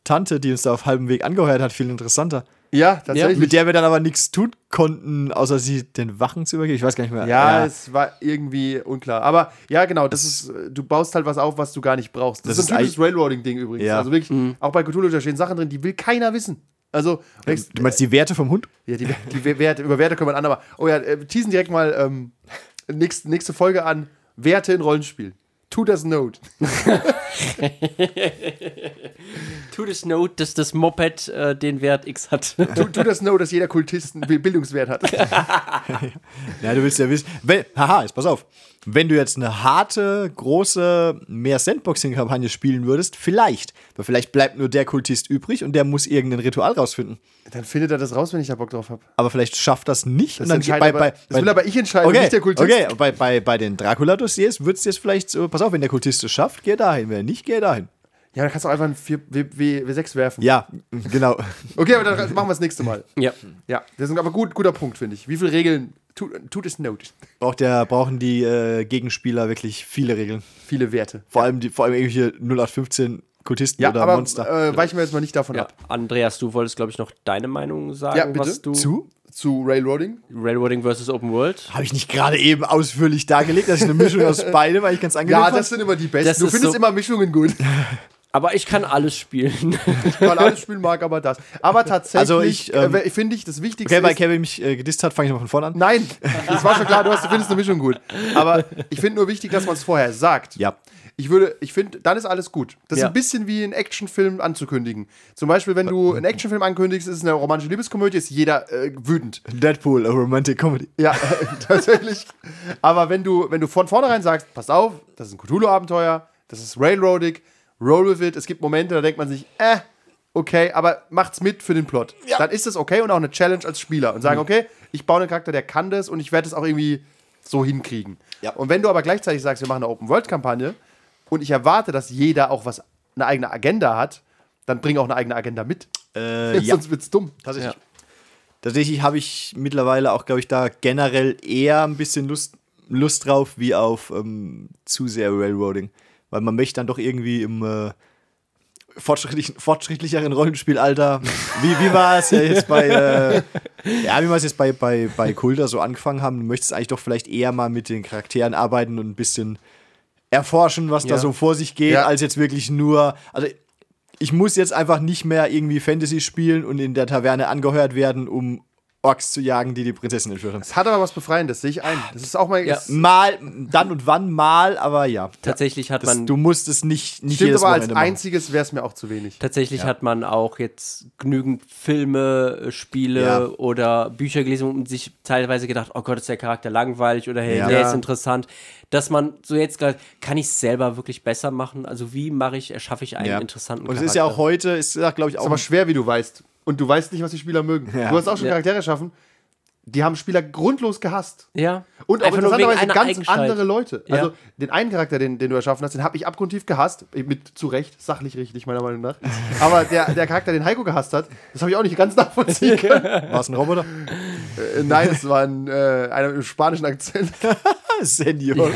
Tante, die uns da auf halbem Weg angeheuert hat, viel interessanter. Ja, tatsächlich. Mit der wir dann aber nichts tun konnten, außer sie den Wachen zu übergeben. Ich weiß gar nicht mehr. Ja, ja, es war irgendwie unklar. Aber ja, genau, das ist, du baust halt was auf, was du gar nicht brauchst. Das, Das ist ein ist typisches Railroading-Ding übrigens. Ja. Also wirklich, auch bei Cthulhu, da stehen Sachen drin, die will keiner wissen. Also, Du meinst die Werte vom Hund? ja, die, die Werte, über Werte können wir an, aber, oh ja, äh, teasen direkt mal ähm, nächste, nächste Folge an, Werte in Rollenspiel. To das Note. To this note, dass das Moped äh, den Wert X hat. To, to das Note, dass jeder Kultist einen Bildungswert hat. Ja, du willst ja wissen. Wenn, haha, jetzt pass auf. Wenn du jetzt eine harte, große, mehr Sandboxing-Kampagne spielen würdest, vielleicht. Weil vielleicht bleibt nur der Kultist übrig und der muss irgendein Ritual rausfinden. Dann findet er das raus, wenn ich da Bock drauf habe. Aber vielleicht schafft das nicht. Das, und dann entscheidet bei, aber, bei, das bei, will aber ich entscheiden, okay, nicht der Kultist. Okay, bei, bei, bei den Dracula-Dossiers wird es jetzt vielleicht so, pass auf, wenn der Kultist es schafft, geh dahin. Wenn er nicht, geh dahin. Ja, dann kannst du auch einfach ein W sechs werfen. Ja, genau. Okay, aber dann machen wir das nächste Mal. Ja. Ja, das ist aber gut, guter Punkt, finde ich. Wie viele Regeln tut, tut es Note? Braucht der, brauchen die äh, Gegenspieler wirklich viele Regeln. Viele Werte. Vor allem, die, vor allem irgendwelche null acht fünfzehn Kultisten Ja, oder aber Monster. äh, weichen wir jetzt mal nicht davon Ja. ab. Andreas, du wolltest, glaube ich, noch deine Meinung sagen, Ja, bitte. was du. Zu? Zu Railroading. Railroading versus Open World. Habe ich nicht gerade eben ausführlich dargelegt, dass ich eine Mischung aus beidem, weil ich ganz angenehm Ja, fand? das sind immer die besten. Das Du ist findest so- immer Mischungen gut. Aber ich kann alles spielen. Ich kann alles spielen, mag aber das. Aber tatsächlich Also ich, ähm, äh, finde ich, das Wichtigste Okay, weil ist... Kevin mich äh, gedisst hat, fange ich nochmal von vorne an. Nein, das war schon klar, du, hast, du findest eine Mischung gut. Aber ich finde nur wichtig, dass man es vorher sagt. Ja. Ich würde, ich finde, dann ist alles gut. Das ist Ja. ein bisschen wie einen Actionfilm anzukündigen. Zum Beispiel, wenn du einen Actionfilm ankündigst, ist es eine romantische Liebeskomödie, ist jeder äh, wütend. Deadpool, a romantic comedy. Ja, tatsächlich. Aber wenn du, wenn du von vornherein sagst, pass auf, das ist ein Cthulhu-Abenteuer, das ist Railroading, roll with it, es gibt Momente, da denkt man sich, äh, okay, aber macht's mit für den Plot. Ja. Dann ist das okay und auch eine Challenge als Spieler. Und sagen, okay, ich baue einen Charakter, der kann das und ich werde es auch irgendwie so hinkriegen. Ja. Und wenn du aber gleichzeitig sagst, wir machen eine Open-World-Kampagne und ich erwarte, dass jeder auch was, eine eigene Agenda hat, dann bring auch eine eigene Agenda mit. Äh, ja, Sonst wird's dumm. tatsächlich. Tatsächlich habe ich mittlerweile auch, glaube ich, da generell eher ein bisschen Lust, Lust drauf, wie auf ähm, zu sehr Railroading. Weil man möchte dann doch irgendwie im äh, fortschrittlichen, fortschrittlicheren Rollenspielalter, wie, wie war es ja jetzt bei, äh, ja, wie wir es jetzt bei, bei, bei Kulta so angefangen haben, du möchtest eigentlich doch vielleicht eher mal mit den Charakteren arbeiten und ein bisschen erforschen, was da Ja. so vor sich geht, Ja. als jetzt wirklich nur, also ich muss jetzt einfach nicht mehr irgendwie Fantasy spielen und in der Taverne angeheuert werden, um Orks zu jagen, die die Prinzessin entführt haben. Es hat aber was Befreiendes, sehe ich ein. Das ist auch mal. Ja. es Mal, dann und wann mal, aber ja. Tatsächlich hat Das, man. du musst es nicht, nicht Stimmt, jedes aber als Wochenende machen. einziges wäre es mir auch zu wenig. Tatsächlich hat man auch jetzt genügend Filme, äh, Spiele Ja. oder Bücher gelesen und sich teilweise gedacht, oh Gott, ist der Charakter langweilig oder hey, Ja. der Ja. ist interessant. Dass man so jetzt gerade, kann ich es selber wirklich besser machen? Also wie mache ich, erschaffe ich einen Ja. interessanten Und es Charakter? ist ja auch heute, ist ja, glaube ich, Ist auch. aber schwer, wie du weißt. Und du weißt nicht, was die Spieler mögen. Ja. Du hast auch schon Ja. Charaktere erschaffen, die haben Spieler grundlos gehasst. Ja. Und auch Einfach nur wegen interessanterweise einer ganz Eigenschaft. andere Leute. Ja. Also den einen Charakter, den, den du erschaffen hast, den habe ich abgrundtief gehasst. Mit zu Recht, sachlich richtig, meiner Meinung nach. Aber der, der Charakter, den Heiko gehasst hat, das habe ich auch nicht ganz nachvollziehen können. War es ein Roboter? äh, nein, es war ein, äh, einer mit einem spanischen Akzent. Senior.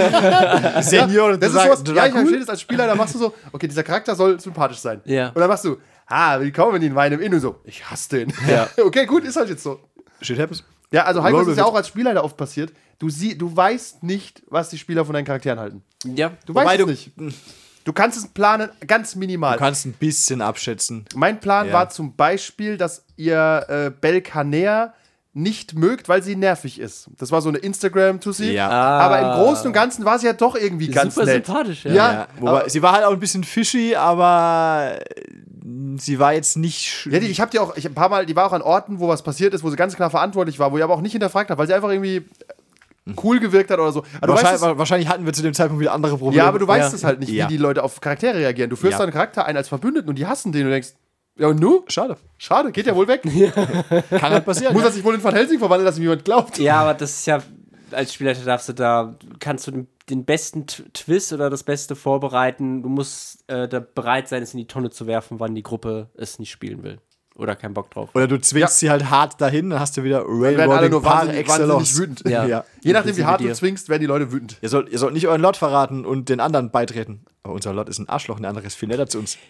Senior, Das ist total- sowas, ja, total ich verstehe das als Spieler, da machst du so, okay, dieser Charakter soll sympathisch sein. Ja. Und dann machst du, ah, willkommen in meinem Innen, so, ich hasse den. Ja. Okay, gut, ist halt jetzt so. Shit happens. Ja, also Heiko, Roll das ist with ja it. auch als Spieler da oft passiert. Du, sie, du weißt nicht, was die Spieler von deinen Charakteren halten. Ja. Du Wobei weißt du- es nicht. Du kannst es planen, ganz minimal. Du kannst ein bisschen abschätzen. Mein Plan Ja. war zum Beispiel, dass ihr äh, Belcaner nicht mögt, weil sie nervig ist. Das war so eine Instagram-Tussi. Ja. Aber im Großen und Ganzen war sie ja doch irgendwie ganz Super nett. sympathisch, ja. Ja, Ja, wobei, sie war halt auch ein bisschen fishy, aber äh, sie war jetzt nicht. sch- Ja, die, ich habe die auch ich, ein paar Mal, die war auch an Orten, wo was passiert ist, wo sie ganz klar verantwortlich war, wo ich aber auch nicht hinterfragt habe, weil sie einfach irgendwie cool gewirkt hat oder so. Aber du weißt wahrscheinlich, es, wahrscheinlich hatten wir zu dem Zeitpunkt wieder andere Probleme. ja, aber du weißt Ja. es halt nicht, Ja. wie die Leute auf Charaktere reagieren. Du führst Ja. deinen Charakter ein als Verbündeten und die hassen den und du denkst, ja und nu? Schade. Schade, geht ja wohl weg. Kann halt passieren. Muss er sich wohl in Van Helsing verwandeln lassen, wie jemand glaubt. Ja, aber das ist ja, als Spielleiter darfst du da, kannst du den, den besten T- Twist oder das Beste vorbereiten. Du musst äh, da bereit sein, es in die Tonne zu werfen, wann die Gruppe es nicht spielen will. Oder keinen Bock drauf. Oder du zwingst Ja. sie halt hart dahin, dann hast du wieder Dann werden alle Railroading nur par wahnsinnig, excellence. wahnsinnig wütend. Ja. Ja. Je nachdem, wie hart du dir. zwingst, werden die Leute wütend. Ihr sollt, ihr sollt nicht euren Lot verraten und den anderen beitreten. Aber unser Lot ist ein Arschloch, ein anderes ist viel netter zu uns.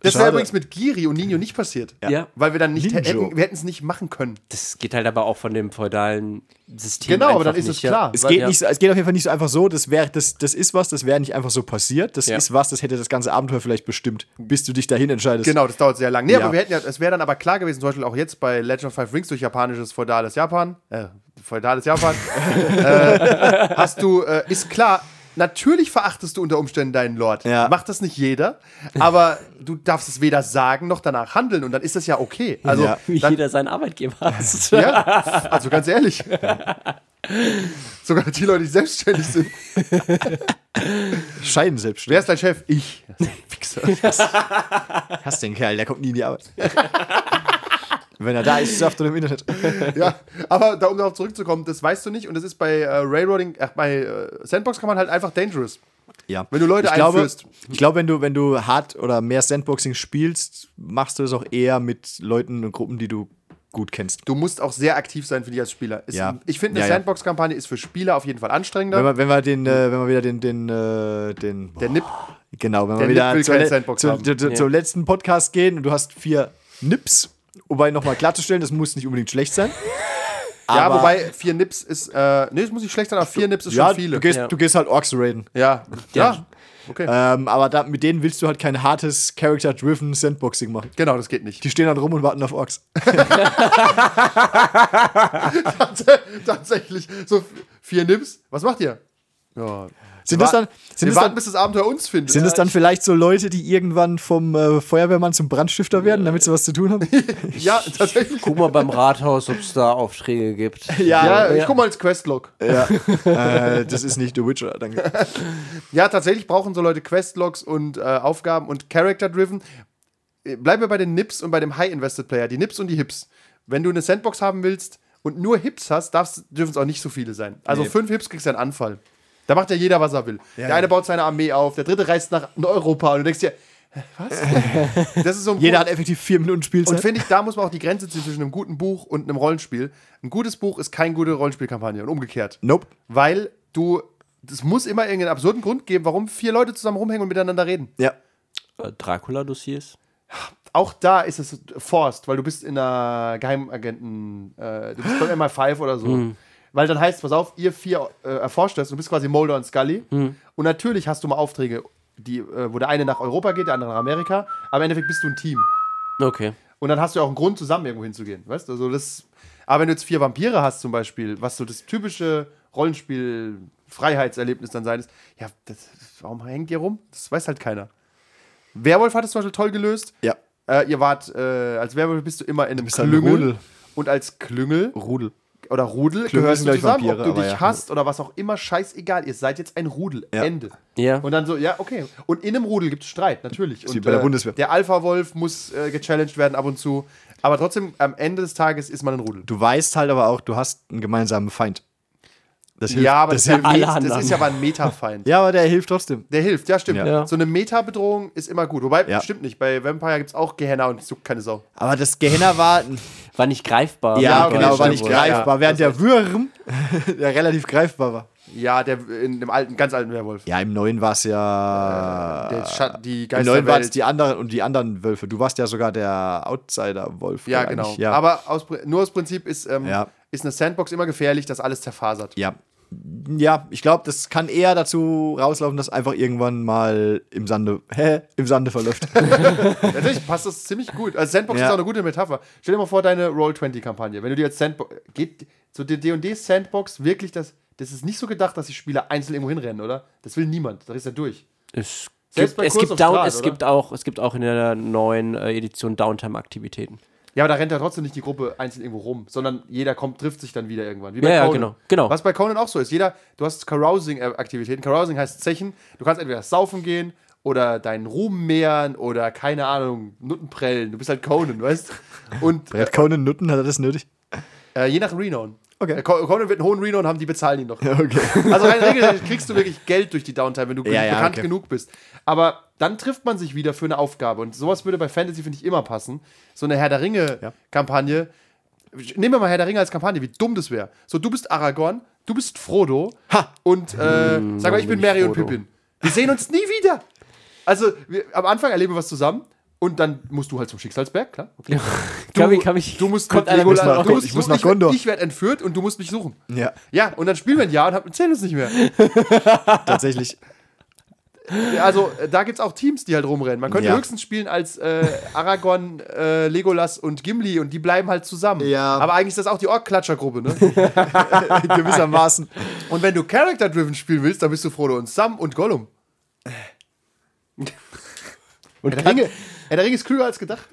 Das wäre Schade. übrigens mit Giri und Nino nicht passiert. Ja. Weil wir dann nicht Ninjo. hätten, wir hätten es nicht machen können. Das geht halt aber auch von dem feudalen System. Genau, aber einfach dann ist nicht, es klar. Es Weil- geht, ja. nicht, so- es geht auf jeden Fall nicht so einfach so, das, wär, das, das ist was, das wäre nicht einfach so passiert. Das Ja. ist was, das hätte das ganze Abenteuer vielleicht bestimmt, bis du dich dahin entscheidest. Genau, das dauert sehr lang. Nee, Ja. aber wir hätten ja, es wäre dann aber klar gewesen, zum Beispiel auch jetzt bei Legend of Five Rings durch japanisches feudales Japan, äh, feudales Japan, äh, hast du, äh, ist klar, natürlich verachtest du unter Umständen deinen Lord. Ja. Macht das nicht jeder, aber du darfst es weder sagen noch danach handeln und dann ist das ja okay. Also, Ja. Wie dann, jeder seinen Arbeitgeber hasst. ja, also ganz ehrlich. Sogar die Leute, die selbstständig sind. Scheiden selbst. Wer ist dein Chef? Ich. Fixer. Hast den Kerl, der kommt nie in die Arbeit. Wenn er da ist, surft er im Internet. Ja, aber da, um darauf zurückzukommen, das weißt du nicht und das ist bei äh, Railroading, ach, bei äh, Sandbox kann man halt einfach dangerous. Ja. Wenn du Leute ich glaube, einführst. ich glaube, wenn du, wenn du hart oder mehr Sandboxing spielst, machst du das auch eher mit Leuten und Gruppen, die du gut kennst. Du musst auch sehr aktiv sein, finde ich, als Spieler. Ist, Ja. Ich finde, eine Ja, ja. Sandbox-Kampagne ist für Spieler auf jeden Fall anstrengender. Wenn wir, wenn wir den, äh, wenn wir wieder den, den, äh, den, Der Nip. genau, wenn der wir wieder Nip will zur, keine le- Sandbox zu, haben. zu, zu, Ja. zum letzten Podcast gehen und du hast vier Nips, wobei nochmal klarzustellen, das muss nicht unbedingt schlecht sein. Ja, Aber- wobei vier Nips ist, äh, nee, das muss nicht schlecht sein, aber vier Nips ist Ja, schon viele. du gehst, Ja. du gehst halt Orks raiden. Ja, ja, okay. Ähm, aber da, mit denen willst du halt kein hartes, character-driven Sandboxing machen. Genau, das geht nicht. Die stehen dann rum und warten auf Orks. Tatsächlich, so f- vier Nips. Was macht ihr? Ja. Sind Wir das dann, wa- sind wir das warten, dann, bis das Abenteuer uns findet. sind das dann vielleicht so Leute, die irgendwann vom äh, Feuerwehrmann zum Brandstifter werden, damit sie was zu tun haben? Ja, tatsächlich. Guck mal beim Rathaus, ob es da Aufträge gibt. Ja, ich ja. guck mal ins Questlog. Ja, äh, das ist nicht The Witcher, danke. Ja, tatsächlich brauchen so Leute Questlogs und äh, Aufgaben und Character-Driven. Äh, Bleiben wir bei den Nips und bei dem High-Invested-Player. Die Nips und die Hips. Wenn du eine Sandbox haben willst und nur Hips hast, dürfen es auch nicht so viele sein. Also Nee. fünf Hips kriegst du einen Anfall. Da macht ja jeder, was er will. der ja. eine baut seine Armee auf, der dritte reist nach Europa und du denkst dir, hä, was? Das ist so ein Jeder Punkt. hat effektiv vier Minuten Und Spielzeit. finde ich, da muss man auch die Grenze ziehen zwischen einem guten Buch und einem Rollenspiel. Ein gutes Buch ist keine gute Rollenspielkampagne und umgekehrt. Nope. Weil du, es muss immer irgendeinen absurden Grund geben, warum vier Leute zusammen rumhängen und miteinander reden. Ja. Äh, Dracula-Dossiers. Auch da ist es forced, weil du bist in einer Geheimagenten, äh, du bist bei M I fünf oder so. Weil dann heißt, pass auf, ihr vier äh, erforscht das und du bist quasi Mulder und Scully. Und natürlich hast du mal Aufträge, die, äh, wo der eine nach Europa geht, der andere nach Amerika, aber im Endeffekt bist du ein Team. Okay. Und dann hast du ja auch einen Grund, zusammen irgendwo hinzugehen. Weißt du? Also das, aber wenn du jetzt vier Vampire hast zum Beispiel, was so das typische Rollenspiel-Freiheitserlebnis dann sein ist, ja, das, warum hängt ihr rum? Das weiß halt keiner. Werwolf hat es zum Beispiel toll gelöst. Ja. Äh, ihr wart, äh, als Werwolf bist du immer in einem bist halt ein Klüngel. Rudel. Und als Klüngel Rudel. oder Rudel Klüngel gehörst sind, du glaub ich, zusammen, Vampire, ob du dich aber ja. hast oder was auch immer, scheißegal. Ihr seid jetzt ein Rudel. Ja. Ende. Ja. Und dann so, ja, okay. Und in einem Rudel gibt es Streit, natürlich. wie Und, bei der äh, Bundeswehr. Der Alpha-Wolf muss äh, gechallenged werden ab und zu. Aber trotzdem, am Ende des Tages ist man ein Rudel. Du weißt halt aber auch, du hast einen gemeinsamen Feind. Das hilft. Ja, aber das, das ist ja, hilft. alle Met- das anderen. ist ja aber ein Meta-Feind. Ja, aber der hilft trotzdem. Der hilft, ja, stimmt. Ja. So eine Meta-Bedrohung ist immer gut. Wobei, Ja. stimmt nicht. Bei Vampire gibt es auch Gehenna und es juckt keine Sau. Aber das Gehenna war. War nicht greifbar. Ja, okay, genau, war stimmt nicht wohl. greifbar. Ja, während der Würm, der relativ greifbar war. Ja, der in dem alten, ganz alten Werwolf. Ja, im neuen war es ja. Der Scha- die Im neuen waren es Geisterwelt. die anderen und die anderen Wölfe. Du warst ja sogar der Outsider-Wolf. Ja, der genau. eigentlich- Ja. Aber aus, Pri- nur aus Prinzip ist, ähm, Ja. ist eine Sandbox immer gefährlich, dass alles zerfasert. ja. Ja, ich glaube, das kann eher dazu rauslaufen, dass einfach irgendwann mal im Sande, hä, im Sande verläuft. Natürlich passt das ziemlich gut. Also Sandbox Ja. ist auch eine gute Metapher. Stell dir mal vor, deine Roll zwanzig-Kampagne. Wenn du dir jetzt Sandbox. Geht so die D und D-Sandbox wirklich das. Das ist nicht so gedacht, dass die Spieler einzeln irgendwo hinrennen, oder? Das will niemand. Da ist er durch. Es Selbst gibt, bei es, Kurs gibt auf Down, Strat, es, oder? gibt auch, es gibt auch in der neuen äh, Edition Downtime-Aktivitäten. Ja, aber da rennt ja trotzdem nicht die Gruppe einzeln irgendwo rum, sondern jeder kommt, trifft sich dann wieder irgendwann. Wie bei Ja, ja, Conan. genau, genau. Was bei Conan auch so ist. Jeder, du hast Carousing-Aktivitäten. Carousing heißt Zechen. Du kannst entweder saufen gehen oder deinen Ruhm mehren oder, keine Ahnung, Nutten prellen. Du bist halt Conan, weißt du? Und Brett Conan Nutten, hat er das nötig? äh, je nach Renown. Okay. Äh, Co- Conan wird einen hohen Renown haben, die bezahlen ihn doch. Okay. Also rein regelmäßig kriegst du wirklich Geld durch die Downtime, wenn du Ja, ja, bekannt okay. genug bist. Aber dann trifft man sich wieder für eine Aufgabe. Und sowas würde bei Fantasy, finde ich, immer passen. So eine Herr der Ringe-Kampagne. Nehmen wir mal Herr der Ringe als Kampagne, wie dumm das wäre. So, du bist Aragorn, du bist Frodo Ha! und äh, Hm, sag mal, ich bin nicht Merry und Frodo. Pippin. Wir sehen uns nie wieder. Also, wir, am Anfang erleben wir was zusammen Und dann musst du halt zum Schicksalsberg, klar. Okay. Kann mich- kann mich- du musst kommt mit einer Legolas- mit nach- du musst, ich muss du- nach ich, werd- Gondor. Ich werde entführt und du musst mich suchen. Ja, Ja, und dann spielen wir ein Jahr und hab- erzählen uns nicht mehr. tatsächlich. Also, äh, da gibt's auch Teams, die halt rumrennen. Man könnte Ja. höchstens spielen als äh, Aragorn, äh, Legolas und Gimli und die bleiben halt zusammen. Ja. Aber eigentlich ist das auch die Ork-Klatscher-Gruppe, ne? Gewissermaßen. Und wenn du Character-Driven spielen willst, dann bist du Frodo und Sam und Gollum. Und der, Ringe, ja, der Ring ist klüger als gedacht.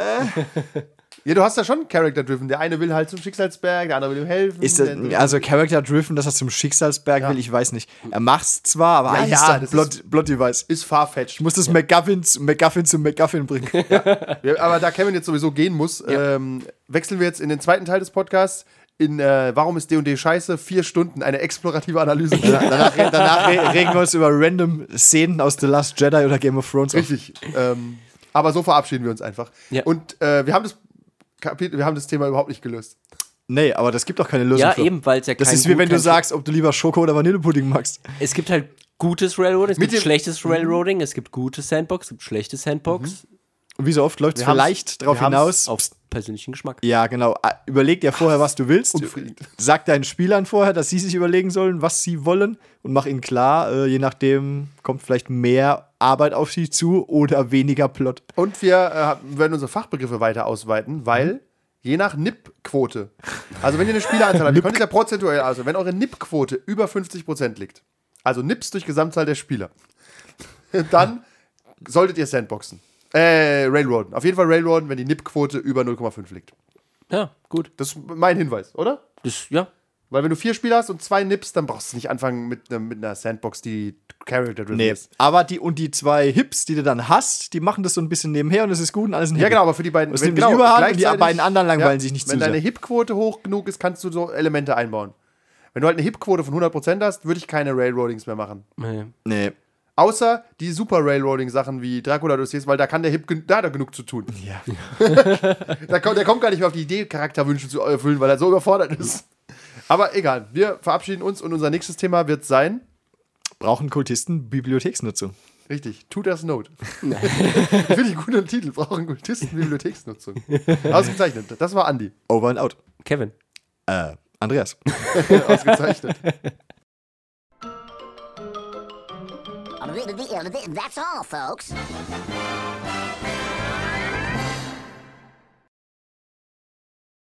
Ja, du hast ja schon Character-Driven. Der eine will halt zum Schicksalsberg, der andere will ihm helfen. Ist der, das, also Character-Driven, dass er zum Schicksalsberg Ja. will, ich weiß nicht. Er macht's zwar, aber Ja, eigentlich ja, ist das das Plot, Plot-Device. ist farfetched. Ich muss das MacGuffin, zu- MacGuffin zum MacGuffin bringen. Ja, aber da Kevin jetzt sowieso gehen muss, ähm, wechseln wir jetzt in den zweiten Teil des Podcasts. In äh, Warum ist D und D scheiße? Vier Stunden, eine explorative Analyse. danach danach re- regen wir uns über random Szenen aus The Last Jedi oder Game of Thrones auf. Richtig. Ähm, aber so verabschieden wir uns einfach. Ja. Und äh, wir haben das Kapitel, wir haben das Thema überhaupt nicht gelöst. Nee, aber das gibt doch keine Lösung Ja, für. eben, weil es ja kein Das ist wie gut- wenn du kein- sagst, ob du lieber Schoko oder Vanillepudding magst. Es gibt halt gutes Railroading, es Mit gibt dem- schlechtes Railroading, es gibt gutes Sandbox, es gibt schlechtes Sandbox. Und wie so oft läuft es Wir haben's- vielleicht darauf wir haben's hinaus. Auf persönlichen Geschmack. Ja, genau. Ah, Überleg dir vorher, was du willst. Unbefriedigend. Sag deinen Spielern vorher, dass sie sich überlegen sollen, was sie wollen. Und mach ihnen klar, äh, je nachdem kommt vielleicht mehr Arbeit auf sie zu oder weniger Plot. Und wir äh, werden unsere Fachbegriffe weiter ausweiten, weil je nach N I P-Quote, also wenn ihr eine Spieleranzahl habt, ihr könnt es ja prozentuell, also wenn eure N I P-Quote über fünfzig Prozent liegt, also N I Ps durch Gesamtzahl der Spieler, dann solltet ihr Sandboxen. Äh, Railroaden. Auf jeden Fall Railroaden, wenn die N I P-Quote über null Komma fünf liegt. Ja, gut. Das ist mein Hinweis, oder? Das, ja. Weil wenn du vier Spieler hast und zwei N I Ps, dann brauchst du nicht anfangen mit, ne, mit einer Sandbox, die Character-driven Nee. ist. Aber die und die zwei Hips, die du dann hast, die machen das so ein bisschen nebenher und es ist gut und alles ein Ja, Happy. genau, aber für die beiden. Das wenn- nimmt nicht genau, Überhand und die gleichzeitig- beiden anderen langweilen sich nicht Wenn zu deine sehr. Hip-Quote hoch genug ist, kannst du so Elemente einbauen. Wenn du halt eine Hip-Quote von hundert Prozent hast, würde ich keine Railroadings mehr machen. Nee. Nee. Außer die super Railroading-Sachen wie Dracula Dossiers, weil da kann der Hip, gen- da hat er genug zu tun. Ja. Da kommt, der kommt gar nicht mehr auf die Idee, Charakterwünsche zu erfüllen, weil er so überfordert ist. Aber egal, wir verabschieden uns und unser nächstes Thema wird sein, Brauchen Kultisten Bibliotheksnutzung? richtig, Tutors Note. Finde ich einen guten Titel, brauchen Kultisten Bibliotheksnutzung. Ausgezeichnet, das war Andi. Over and out. Kevin. Äh, Andreas. Ausgezeichnet. That's all, folks.